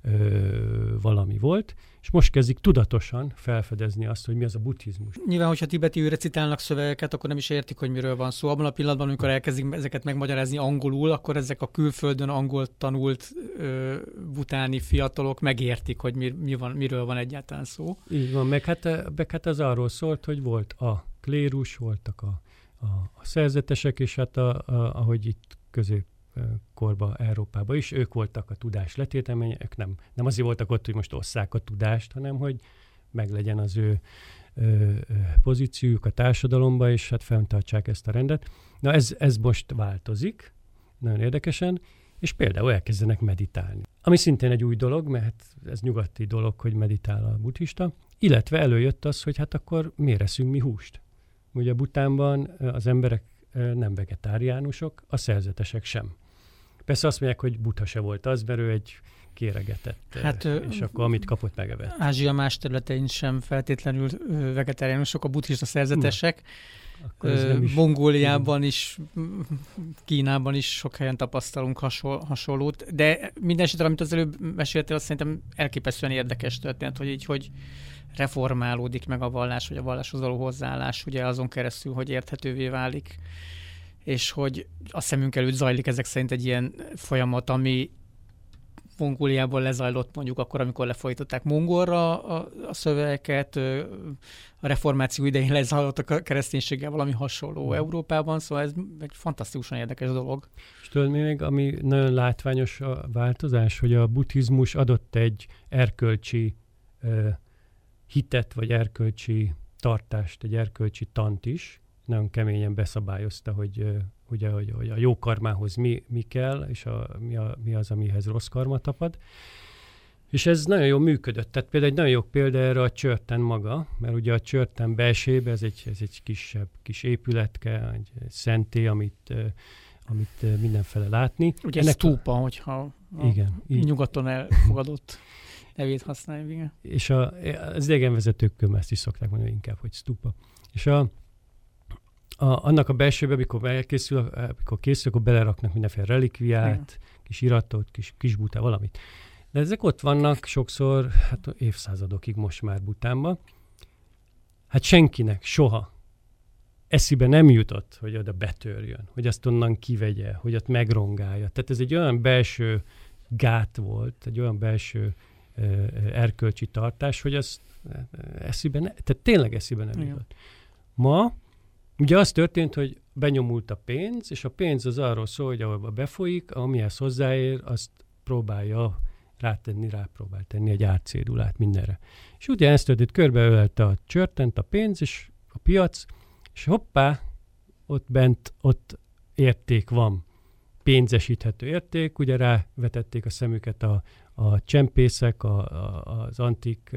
valami volt, és most kezdik tudatosan felfedezni azt, hogy mi az a buddhizmus. Nyilván, hogyha tibetiül recitálnak szövegeket, akkor nem is értik, hogy miről van szó. Abban a pillanatban, amikor elkezdik ezeket megmagyarázni angolul, akkor ezek a külföldön angol tanult butáni fiatalok megértik, hogy miről van egyáltalán szó. Így van, meg hát az arról szólt, hogy volt a klérus, voltak a szerzetesek, és hát ahogy itt középkorban, Európában is, ők voltak a tudás letétemények, nem azért voltak ott, hogy most osszák a tudást, hanem hogy meglegyen az ő pozíciójuk a társadalomba, és hát fenntartsák ezt a rendet. Na ez most változik, nagyon érdekesen, és például elkezdenek meditálni. Ami szintén egy új dolog, mert ez nyugati dolog, hogy meditál a buddhista, illetve előjött az, hogy hát akkor miért eszünk mi húst? Ugye Butánban az emberek nem vegetáriánusok, a szerzetesek sem. Persze azt mondják, hogy Buddha se volt az, mert ő egy kéregetett, és akkor amit kapott, megevett. Ázsia más területein sem feltétlenül vegetáriánusok, a buddhista szerzetesek. Mongóliában is, Kínában is sok helyen tapasztalunk hasonlót, de minden esetre, amit az előbb meséltél, azt szerintem elképesztően érdekes történet, hogy így, hogy reformálódik meg a vallás, vagy a valláshoz való hozzáállás, ugye azon keresztül, hogy érthetővé válik, és hogy a szemünk előtt zajlik ezek szerint egy ilyen folyamat, ami Mongóliában lezajlott mondjuk akkor, amikor lefolytották mongolra a szövegeket, a reformáció idején lezajlott a kereszténységgel valami hasonló Európában, szóval ez egy fantasztikusan érdekes dolog. És tudod még, ami nagyon látványos a változás, hogy a buddhizmus adott egy erkölcsi hitet, vagy erkölcsi tartást, egy erkölcsi tant is, nagyon keményen beszabályozta, hogy a jó karmához mi kell, és mi az, amihez rossz karma tapad. És ez nagyon jól működött. Tehát például egy nagyon jó példa erre a csörten maga, mert ugye a csörten belsébe ez egy kis épületke, egy szentély, amit mindenfele látni. Ugye ez stúpa, hogyha igen, nyugaton elfogadott nevét használjuk, igen. És az idegenvezetők ezt is szokták mondani inkább, hogy stúpa. És annak a belsőbe, amikor készül, akkor beleraknak mindenféle relikviát, kis iratot, kis Butá, valamit. De ezek ott vannak sokszor, hát évszázadokig most már Butánban. Hát senkinek soha eszébe nem jutott, hogy oda betörjön, hogy azt onnan kivegye, hogy ott megrongálja. Tehát ez egy olyan belső gát volt, egy olyan belső erkölcsi tartás, hogy az tehát tényleg eszébe nem jutott. Ma ugye az történt, hogy benyomult a pénz, és a pénz az arról szól, hogy ahol befolyik, amihez hozzáér, azt próbálja rápróbált tenni egy árcédulát mindenre. És ugye ezt történt, körbeölelte a csörtent, a pénz és a piac, és hoppá, ott érték van, pénzesíthető érték, ugye rávetették a szemüket a csempészek, az antik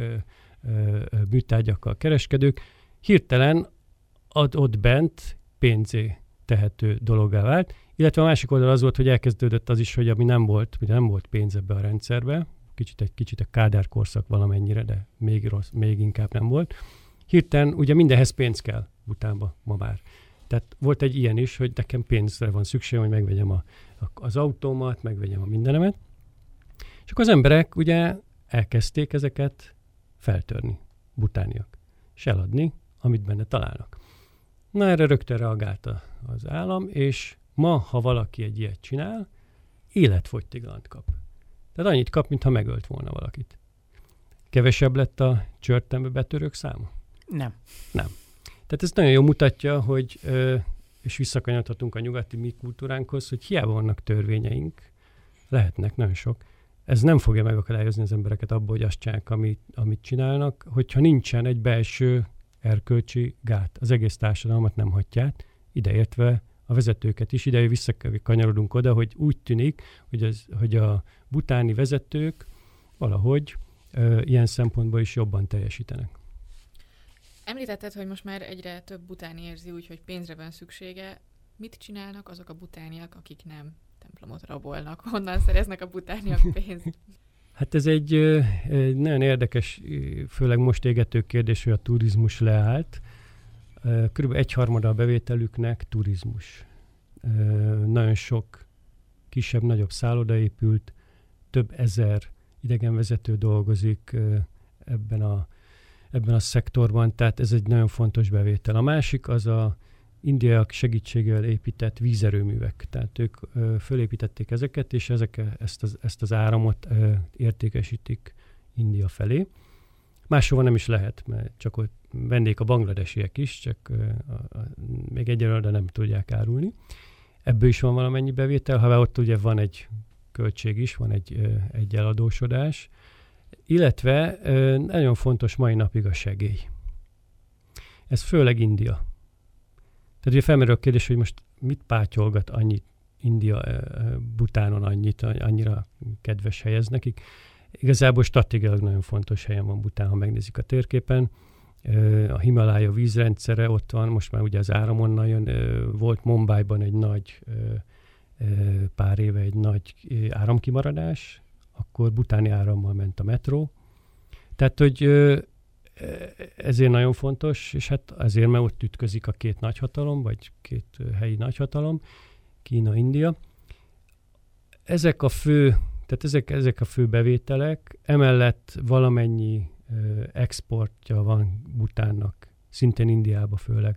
műtárgyakkal kereskedők, hirtelen ott bent pénzé tehető dologgá vált, illetve a másik oldal az volt, hogy elkezdődött az is, hogy ami nem volt pénz ebbe a rendszerbe, kicsit a Kádár korszak valamennyire, de még inkább nem volt. Hirtelen ugye mindenhez pénz kell Bhutánba ma már. Tehát volt egy ilyen is, hogy nekem pénzre van szükség, hogy megvegyem az autómat, megvegyem a mindenemet. És akkor az emberek ugye elkezdték ezeket feltörni, bhutániak, és eladni, amit benne találnak. Na, erre rögtön reagált az állam, és ma, ha valaki egy ilyet csinál, életfogytiglant kap. Tehát annyit kap, mintha megölt volna valakit. Kevesebb lett a csörtembe betörők száma? Nem. Tehát ez nagyon jól mutatja, hogy, és visszakanyarodhatunk a nyugati mi kultúránkhoz, hogy hiába vannak törvényeink, lehetnek nagyon sok, ez nem fogja megakadályozni az embereket abból, hogy azt csinálják, amit csinálnak, hogyha nincsen egy belső erkölcsi gát. Az egész társadalmat nem hagyják, ideértve a vezetőket is. Ide visszakanyarodunk oda, hogy úgy tűnik, hogy a bhutáni vezetők valahogy ilyen szempontból is jobban teljesítenek. Említetted, hogy most már egyre több bhutáni érzi úgy, hogy pénzre van szüksége. Mit csinálnak azok a bhutániak, akik nem templomot rabolnak? Honnan szereznek a bhutániak pénzt? Hát ez egy nagyon érdekes, főleg most égető kérdés, hogy a turizmus leállt. Körülbelül 1/3 a bevételüknek turizmus. Nagyon sok kisebb-nagyobb szálloda épült, több ezer idegenvezető dolgozik ebben a szektorban, tehát ez egy nagyon fontos bevétel. A másik az a indiaiak segítségével épített vízerőművek. Tehát ők fölépítették ezeket, és ezt az áramot értékesítik India felé. Máshova nem is lehet, mert csak ott vennék a bangladesiek is, csak még egyelőre nem tudják árulni. Ebből is van valamennyi bevétel, ha ott ugye van egy költség is, van egy eladósodás, illetve nagyon fontos mai napig a segély. Ez főleg India. Tehát ugye felmerül a kérdés, hogy most mit pátyolgat annyit India, Bhutánon annyira kedves hely ez nekik. Igazából stratégiailag nagyon fontos helyen van Bhután, ha megnézik a térképen. A Himalája vízrendszere ott van, most már ugye az áram onnan jön. Volt Mumbaiban egy nagy, pár éve egy nagy áramkimaradás, akkor bhutáni árammal ment a metró. Tehát, hogy ezért nagyon fontos, és hát azért, mert ott ütközik a két nagyhatalom, vagy két helyi nagyhatalom, Kína, India. Ezek a fő bevételek, emellett valamennyi exportja van Bhutánnak, szintén Indiába főleg.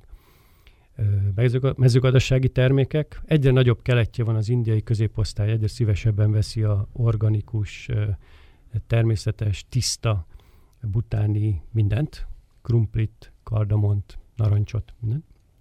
Mezőgazdasági termékek. Egyre nagyobb keletje van az indiai középosztály, egyre szívesebben veszi a organikus, természetes, tiszta bhutáni mindent, krumplit, kardamont, narancsot, mindent.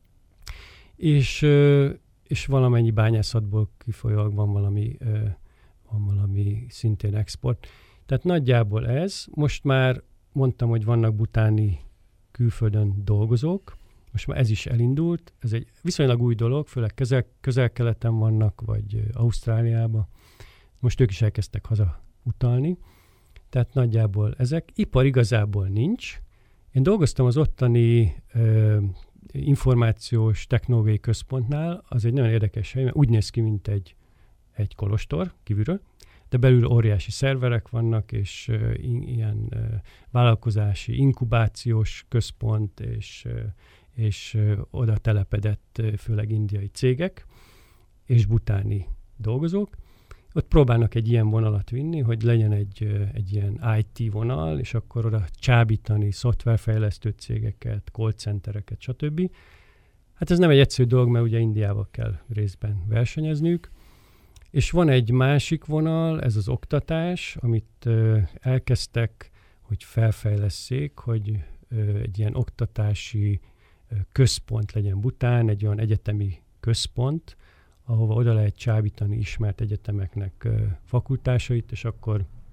És valamennyi bányászatból kifolyólag van valami szintén export. Tehát nagyjából ez. Most már mondtam, hogy vannak bhutáni külföldön dolgozók, most már ez is elindult. Ez egy viszonylag új dolog, főleg közel-keleten vannak, vagy Ausztráliában. Most ők is elkezdtek haza utalni. Tehát nagyjából ezek. Ipar igazából nincs. Én dolgoztam az ottani információs technológiai központnál, az egy nagyon érdekes hely, mert úgy néz ki, mint egy kolostor kívülről, de belül óriási szerverek vannak, és ilyen vállalkozási, inkubációs központ, és oda telepedett főleg indiai cégek, és bhutáni dolgozók. Ott próbálnak egy ilyen vonalat vinni, hogy legyen egy ilyen IT vonal, és akkor oda csábítani szoftverfejlesztő cégeket, call centereket, stb. Hát ez nem egy egyszerű dolog, mert ugye Indiával kell részben versenyezniük. És van egy másik vonal, ez az oktatás, amit elkezdtek, hogy felfejlesszék, hogy egy ilyen oktatási központ legyen Bhután, egy olyan egyetemi központ, ahova oda lehet csábítani ismert egyetemeknek fakultásait, és akkor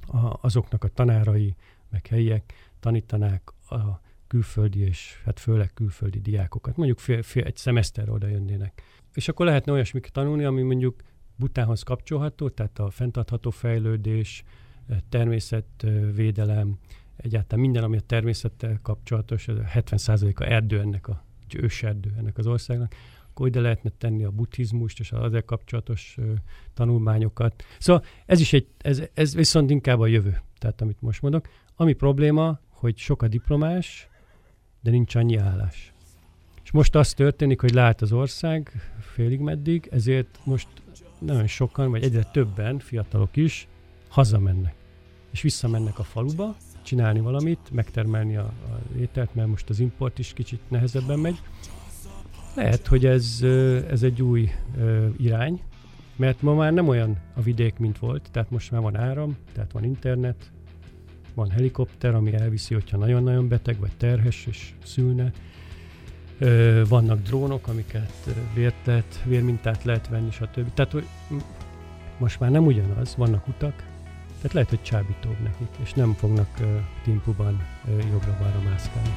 azoknak a tanárai, meg helyiek tanítanák a külföldi és hát főleg külföldi diákokat. Mondjuk egy szemeszterre oda jönnének. És akkor lehetne olyasmit tanulni, ami mondjuk Bhutánhoz kapcsolható, tehát a fenntartható fejlődés, természetvédelem, egyáltalán minden, ami a természettel kapcsolatos, 70%-a erdő ennek őserdő ennek az országnak, akkor ide lehetne tenni a buddhizmust és az ezzel kapcsolatos tanulmányokat. Szóval ez viszont inkább a jövő, tehát amit most mondok. Ami probléma, hogy sok a diplomás, de nincs annyi állás. És most az történik, hogy lát az ország félig meddig, ezért most nagyon sokan, vagy egyre többen, fiatalok is hazamennek. És visszamennek a faluba, csinálni valamit, megtermelni a ételt, mert most az import is kicsit nehezebben megy. Lehet, hogy ez egy új irány, mert ma már nem olyan a vidék, mint volt, tehát most már van áram, tehát van internet, van helikopter, ami elviszi, hogyha nagyon-nagyon beteg, vagy terhes, és szülne. Vannak drónok, amiket vérmintát lehet venni, stb. Tehát hogy most már nem ugyanaz, vannak utak, tehát lehet, hogy csábítóbb nekik, és nem fognak Timpuban jobbra-balra mászkálni.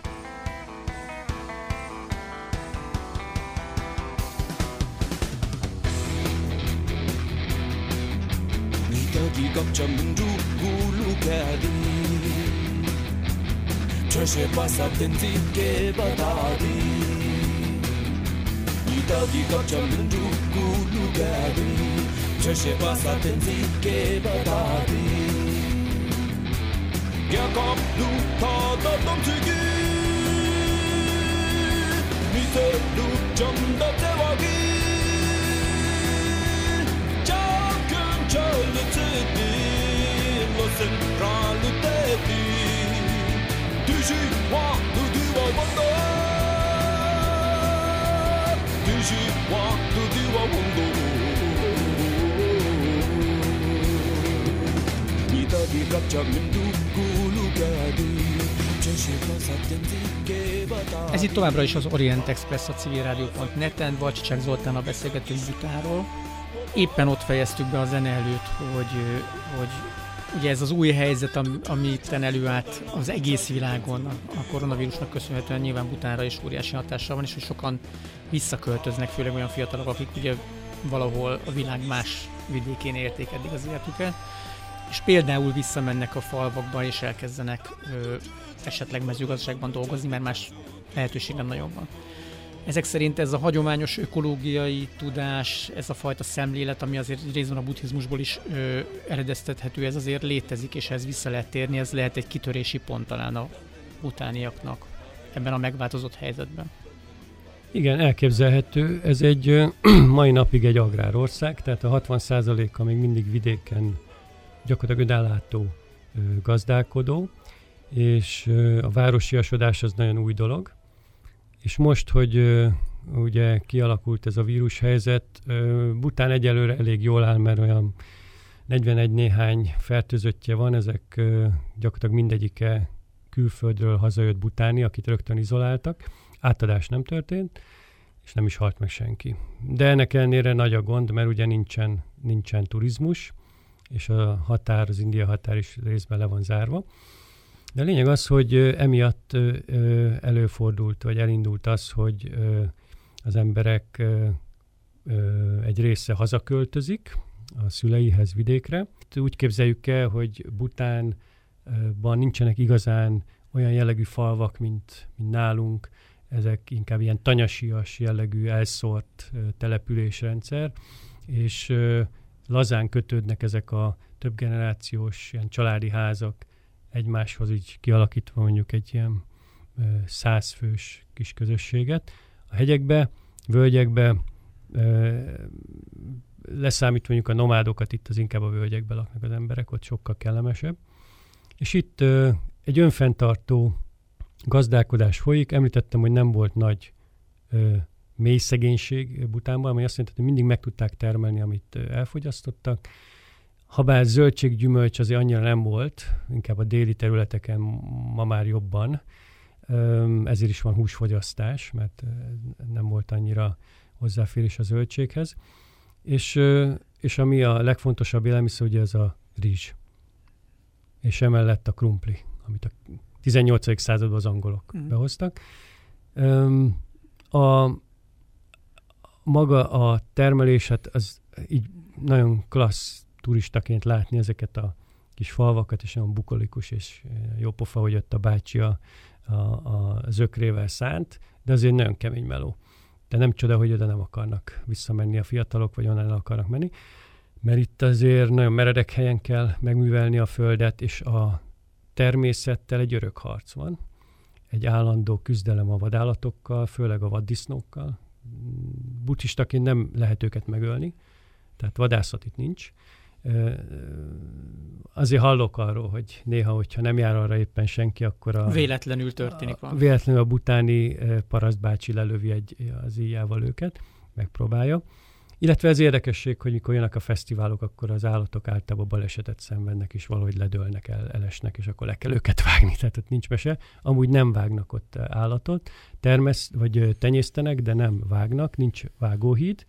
Ez itt továbbra is az Orient Express a civilradio.net-en, Valcsicsák Zoltánnal beszélgetünk Bhutánról. Éppen ott fejeztük be a zene előtt, hogy ugye ez az új helyzet, amit előállt az egész világon a koronavírusnak köszönhetően, nyilván Bhutánra is óriási hatással van, és hogy sokan visszaköltöznek, főleg olyan fiatalok, akik ugye valahol a világ más vidékén élték eddig az életüket, és például visszamennek a falvakba, és elkezdenek esetleg mezőgazdaságban dolgozni, mert más lehetőség nem nagyon van. Ezek szerint ez a hagyományos ökológiai tudás, ez a fajta szemlélet, ami azért részben a buddhizmusból is eredeztethető, ez azért létezik, és ez vissza lehet térni, ez lehet egy kitörési pont talán a bhutániaknak ebben a megváltozott helyzetben. Igen, elképzelhető. Ez egy mai napig egy agrárország, tehát a 60%-a még mindig vidéken gyakorlatilag önállátó gazdálkodó, és a városiasodás az nagyon új dolog. És most, hogy ugye kialakult ez a vírushelyzet, Bhután egyelőre elég jól áll, mert olyan 41 néhány fertőzöttje van, ezek gyakorlatilag mindegyike külföldről hazajött bhutáni, akit rögtön izoláltak. Átadás nem történt, és nem is halt meg senki. De ennek ellenére nagy a gond, mert ugye nincsen turizmus, és a határ, az India határ is részben le van zárva. De a lényeg az, hogy emiatt előfordult, vagy elindult az, hogy az emberek egy része hazaköltözik a szüleihez vidékre. Úgy képzeljük el, hogy Bhutánban nincsenek igazán olyan jellegű falvak, mint nálunk, ezek inkább ilyen tanyasias jellegű elszórt településrendszer, és lazán kötődnek ezek a több generációs ilyen családi házak egymáshoz, így kialakítva mondjuk egy ilyen 100 fős kis közösséget. A hegyekbe, völgyekbe, leszámítva mondjuk a nomádokat, itt az inkább a völgyekbe laknak az emberek, ott sokkal kellemesebb. És itt egy önfenntartó gazdálkodás folyik. Említettem, hogy nem volt nagy mély szegénység Bhutánban, ami azt jelenti, hogy mindig meg tudták termelni, amit elfogyasztottak. Habár zöldséggyümölcs azért annyira nem volt, inkább a déli területeken ma már jobban, ezért is van húsfogyasztás, mert nem volt annyira hozzáférés a zöldséghez. És ami a legfontosabb élelmiszer, ugye ez a rizs. és emellett a krumpli, amit a 18. században az angolok behoztak. Maga a termelés, hát az így nagyon klassz turistaként látni ezeket a kis falvakat, és olyan bukolikus, és jó pofa, hogy ott a bácsi az ökrével szánt, de azért nagyon kemény meló. De nem csoda, hogy oda nem akarnak visszamenni a fiatalok, vagy onnan el akarnak menni, mert itt azért nagyon meredek helyen kell megművelni a földet, és a természettel egy örök harc van. Egy állandó küzdelem a vadállatokkal, főleg a vaddisznókkal. Buddhistaként nem lehet őket megölni, tehát vadászat itt nincs. Azért hallok arról, hogy néha, hogyha nem jár arra éppen senki, akkor véletlenül történik valami. Véletlenül a butáni parasztbácsi lelövi az íjával őket, megpróbálja. Illetve ez érdekesség, hogy mikor jönnek a fesztiválok, akkor az állatok általában balesetet szenvednek, és valahogy ledőlnek, elesnek, és akkor le kell őket vágni, tehát ott nincs mese. Amúgy nem vágnak ott állatot, vagy tenyésztenek, de nem vágnak, nincs vágóhíd.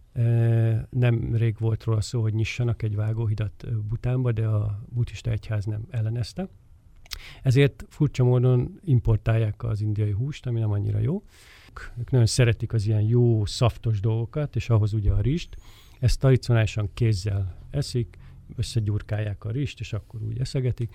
Nem rég volt róla szó, hogy nyissanak egy vágóhidat Butánba, de a buddhista egyház nem ellenezte. Ezért furcsa módon importálják az indiai húst, ami nem annyira jó. Ők nagyon szeretik az ilyen jó, szaftos dolgokat, és ahhoz ugye a rizst. Ezt tradicionálisan kézzel eszik, összegyurkálják a rizst, és akkor úgy eszegetik.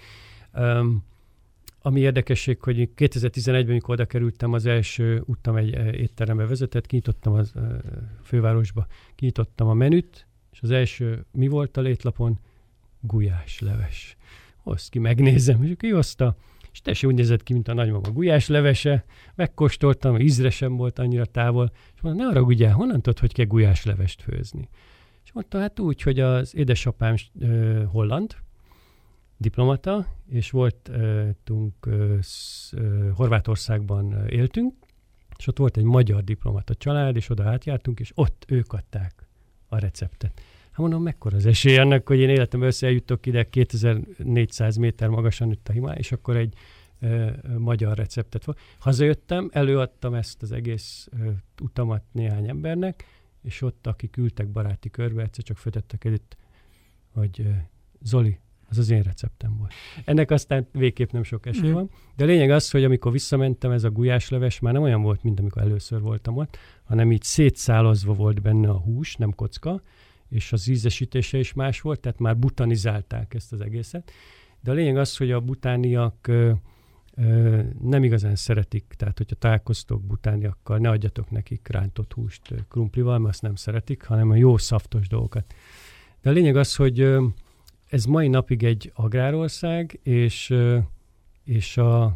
Ami érdekesség, hogy 2011-ben, amikor oda kerültem, az első úttam egy étterembe vezetett, kinyitottam a fővárosba, kinyitottam a menüt, és az első, mi volt a létlapon? Gulyásleves. Hozd ki, megnézem, és kihozta, és teljesen úgy nézett ki, mint a nagymama gulyáslevese, megkóstoltam, ízre sem volt annyira távol, és mondta, ne haragudjál, honnan tudod, hogy kell gulyáslevest főzni? És mondta, hát úgy, hogy az édesapám holland, diplomata, és voltunk, Horvátországban éltünk, és ott volt egy magyar diplomata család, és oda átjártunk, és ott ők adták a receptet. Hát mondom, mekkora az esély annak, hogy én életemben összejuttok ide 2400 méter magasan itt a Himalaj, és akkor egy magyar receptet volt. Hazajöttem, előadtam ezt az egész utamat néhány embernek, és ott, akik ültek baráti körbe, egyszer csak föltettek itt, hogy Zoli, az az én receptem volt. Ennek aztán végképp nem sok esély van. De a lényeg az, hogy amikor visszamentem, ez a gulyásleves már nem olyan volt, mint amikor először voltam ott, hanem így szétszálazva volt benne a hús, nem kocka, és az ízesítése is más volt, tehát már butanizálták ezt az egészet. De a lényeg az, hogy a butániak nem igazán szeretik, tehát hogyha találkoztok butániakkal, ne adjatok nekik rántott húst krumplival, mert azt nem szeretik, hanem a jó szaftos dolgokat. De a lényeg az, hogy ez mai napig egy agrárország, és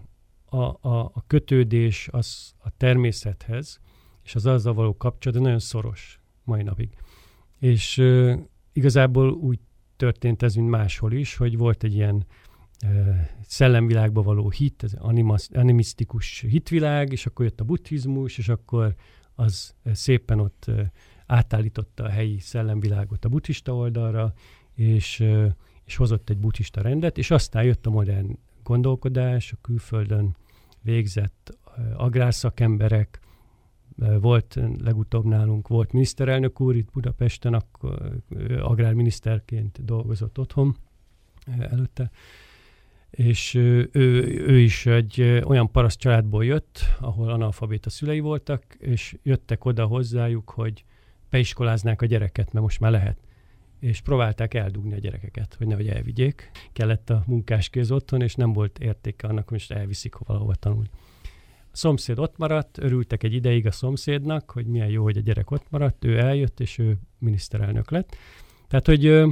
a kötődés az a természethez, és az azzal való kapcsolat nagyon szoros mai napig. És igazából úgy történt ez, mint máshol is, hogy volt egy ilyen szellemvilágba való hit, ez animisztikus hitvilág, és akkor jött a buddhizmus, és akkor az szépen ott átállította a helyi szellemvilágot a buddhista oldalra, és hozott egy buddhista rendet, és aztán jött a modern gondolkodás, a külföldön végzett agrárszakemberek, volt legutóbb nálunk, volt miniszterelnök úr itt Budapesten, akkor agrárminiszterként dolgozott otthon előtte, és ő is egy olyan paraszt családból jött, ahol analfabéta szülei voltak, és jöttek oda hozzájuk, hogy beiskoláznák a gyereket, mert most már lehet. És próbálták eldugni a gyerekeket, hogy nehogy elvigyék. Kellett a munkáskéz otthon, és nem volt értéke annak, hogy most elviszik valahova tanulni. A szomszéd ott maradt, örültek egy ideig a szomszédnak, hogy milyen jó, hogy a gyerek ott maradt, ő eljött, és ő miniszterelnök lett. Tehát, hogy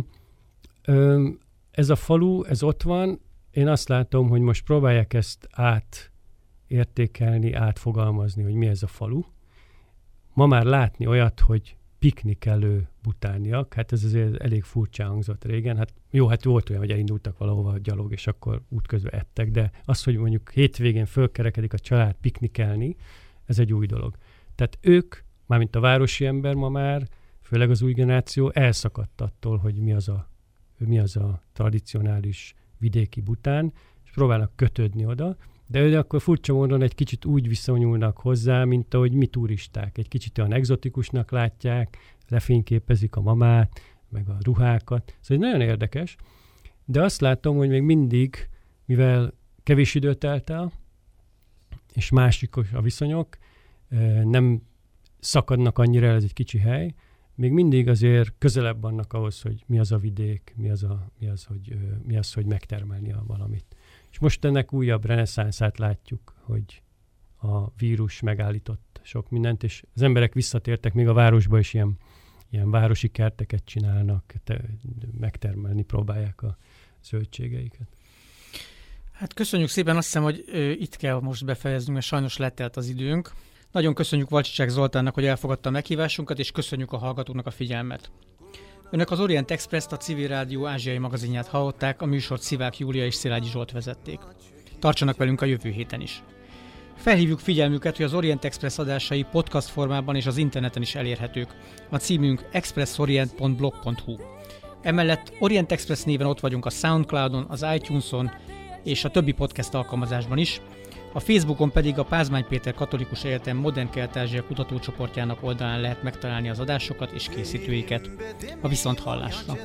ez a falu, ez ott van, én azt látom, hogy most próbálják ezt átértékelni, átfogalmazni, hogy mi ez a falu. Ma már látni olyat, hogy piknikelő butániak, hát ez azért elég furcsa hangzott régen. Hát jó, hát volt olyan, hogy elindultak valahova gyalog, és akkor útközben ettek, de az, hogy mondjuk hétvégén fölkerekedik a család piknikelni, ez egy új dolog. Tehát ők, mármint a városi ember ma már, főleg az új generáció, elszakadt attól, hogy mi az a tradicionális vidéki Bután, és próbálnak kötődni oda, de ő akkor furcsa módon egy kicsit úgy viszonyulnak hozzá, mint ahogy mi turisták. Egy kicsit olyan egzotikusnak látják, lefényképezik a mamát, meg a ruhákat. Szóval nagyon érdekes, De azt látom, hogy még mindig, mivel kevés idő telt el, és másik a viszonyok, nem szakadnak annyira el, ez egy kicsi hely, még mindig azért közelebb vannak ahhoz, hogy mi az a vidék, mi az, hogy megtermelni valamit. És most ennek újabb reneszánszát látjuk, hogy a vírus megállított sok mindent, és az emberek visszatértek még a városba, és ilyen városi kerteket csinálnak, megtermelni próbálják a zöldségeiket. Hát köszönjük szépen, azt hiszem, hogy itt kell most befejeznünk, mert sajnos letelt az időnk. Nagyon köszönjük Valcsicsák Zoltánnak, hogy elfogadta a meghívásunkat, és köszönjük a hallgatóknak a figyelmet. Önök az Orient Express-t, a Civil Rádió ázsiai magazinját hallották, a műsort Szivák Júlia és Szilágyi Zsolt vezették. Tartsanak velünk a jövő héten is. Felhívjuk figyelmüket, hogy az Orient Express adásai podcast formában és az interneten is elérhetők. A címünk expressorient.blog.hu. Emellett Orient Express néven ott vagyunk a Soundcloudon, az iTunes-on és a többi podcast alkalmazásban is. A Facebookon pedig a Pázmány Péter Katolikus Egyetem Modern Kelet-Ázsia kutatócsoportjának oldalán lehet megtalálni az adásokat és készítőiket. A viszonthallásra!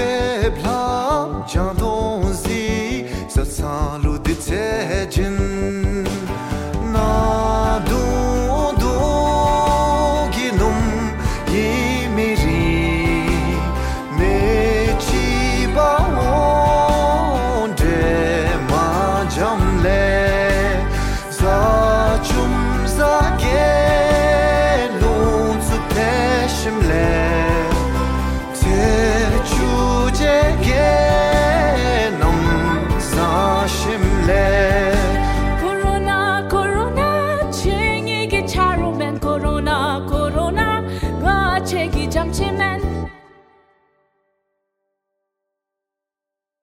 Jandon zi sa san lu de te jin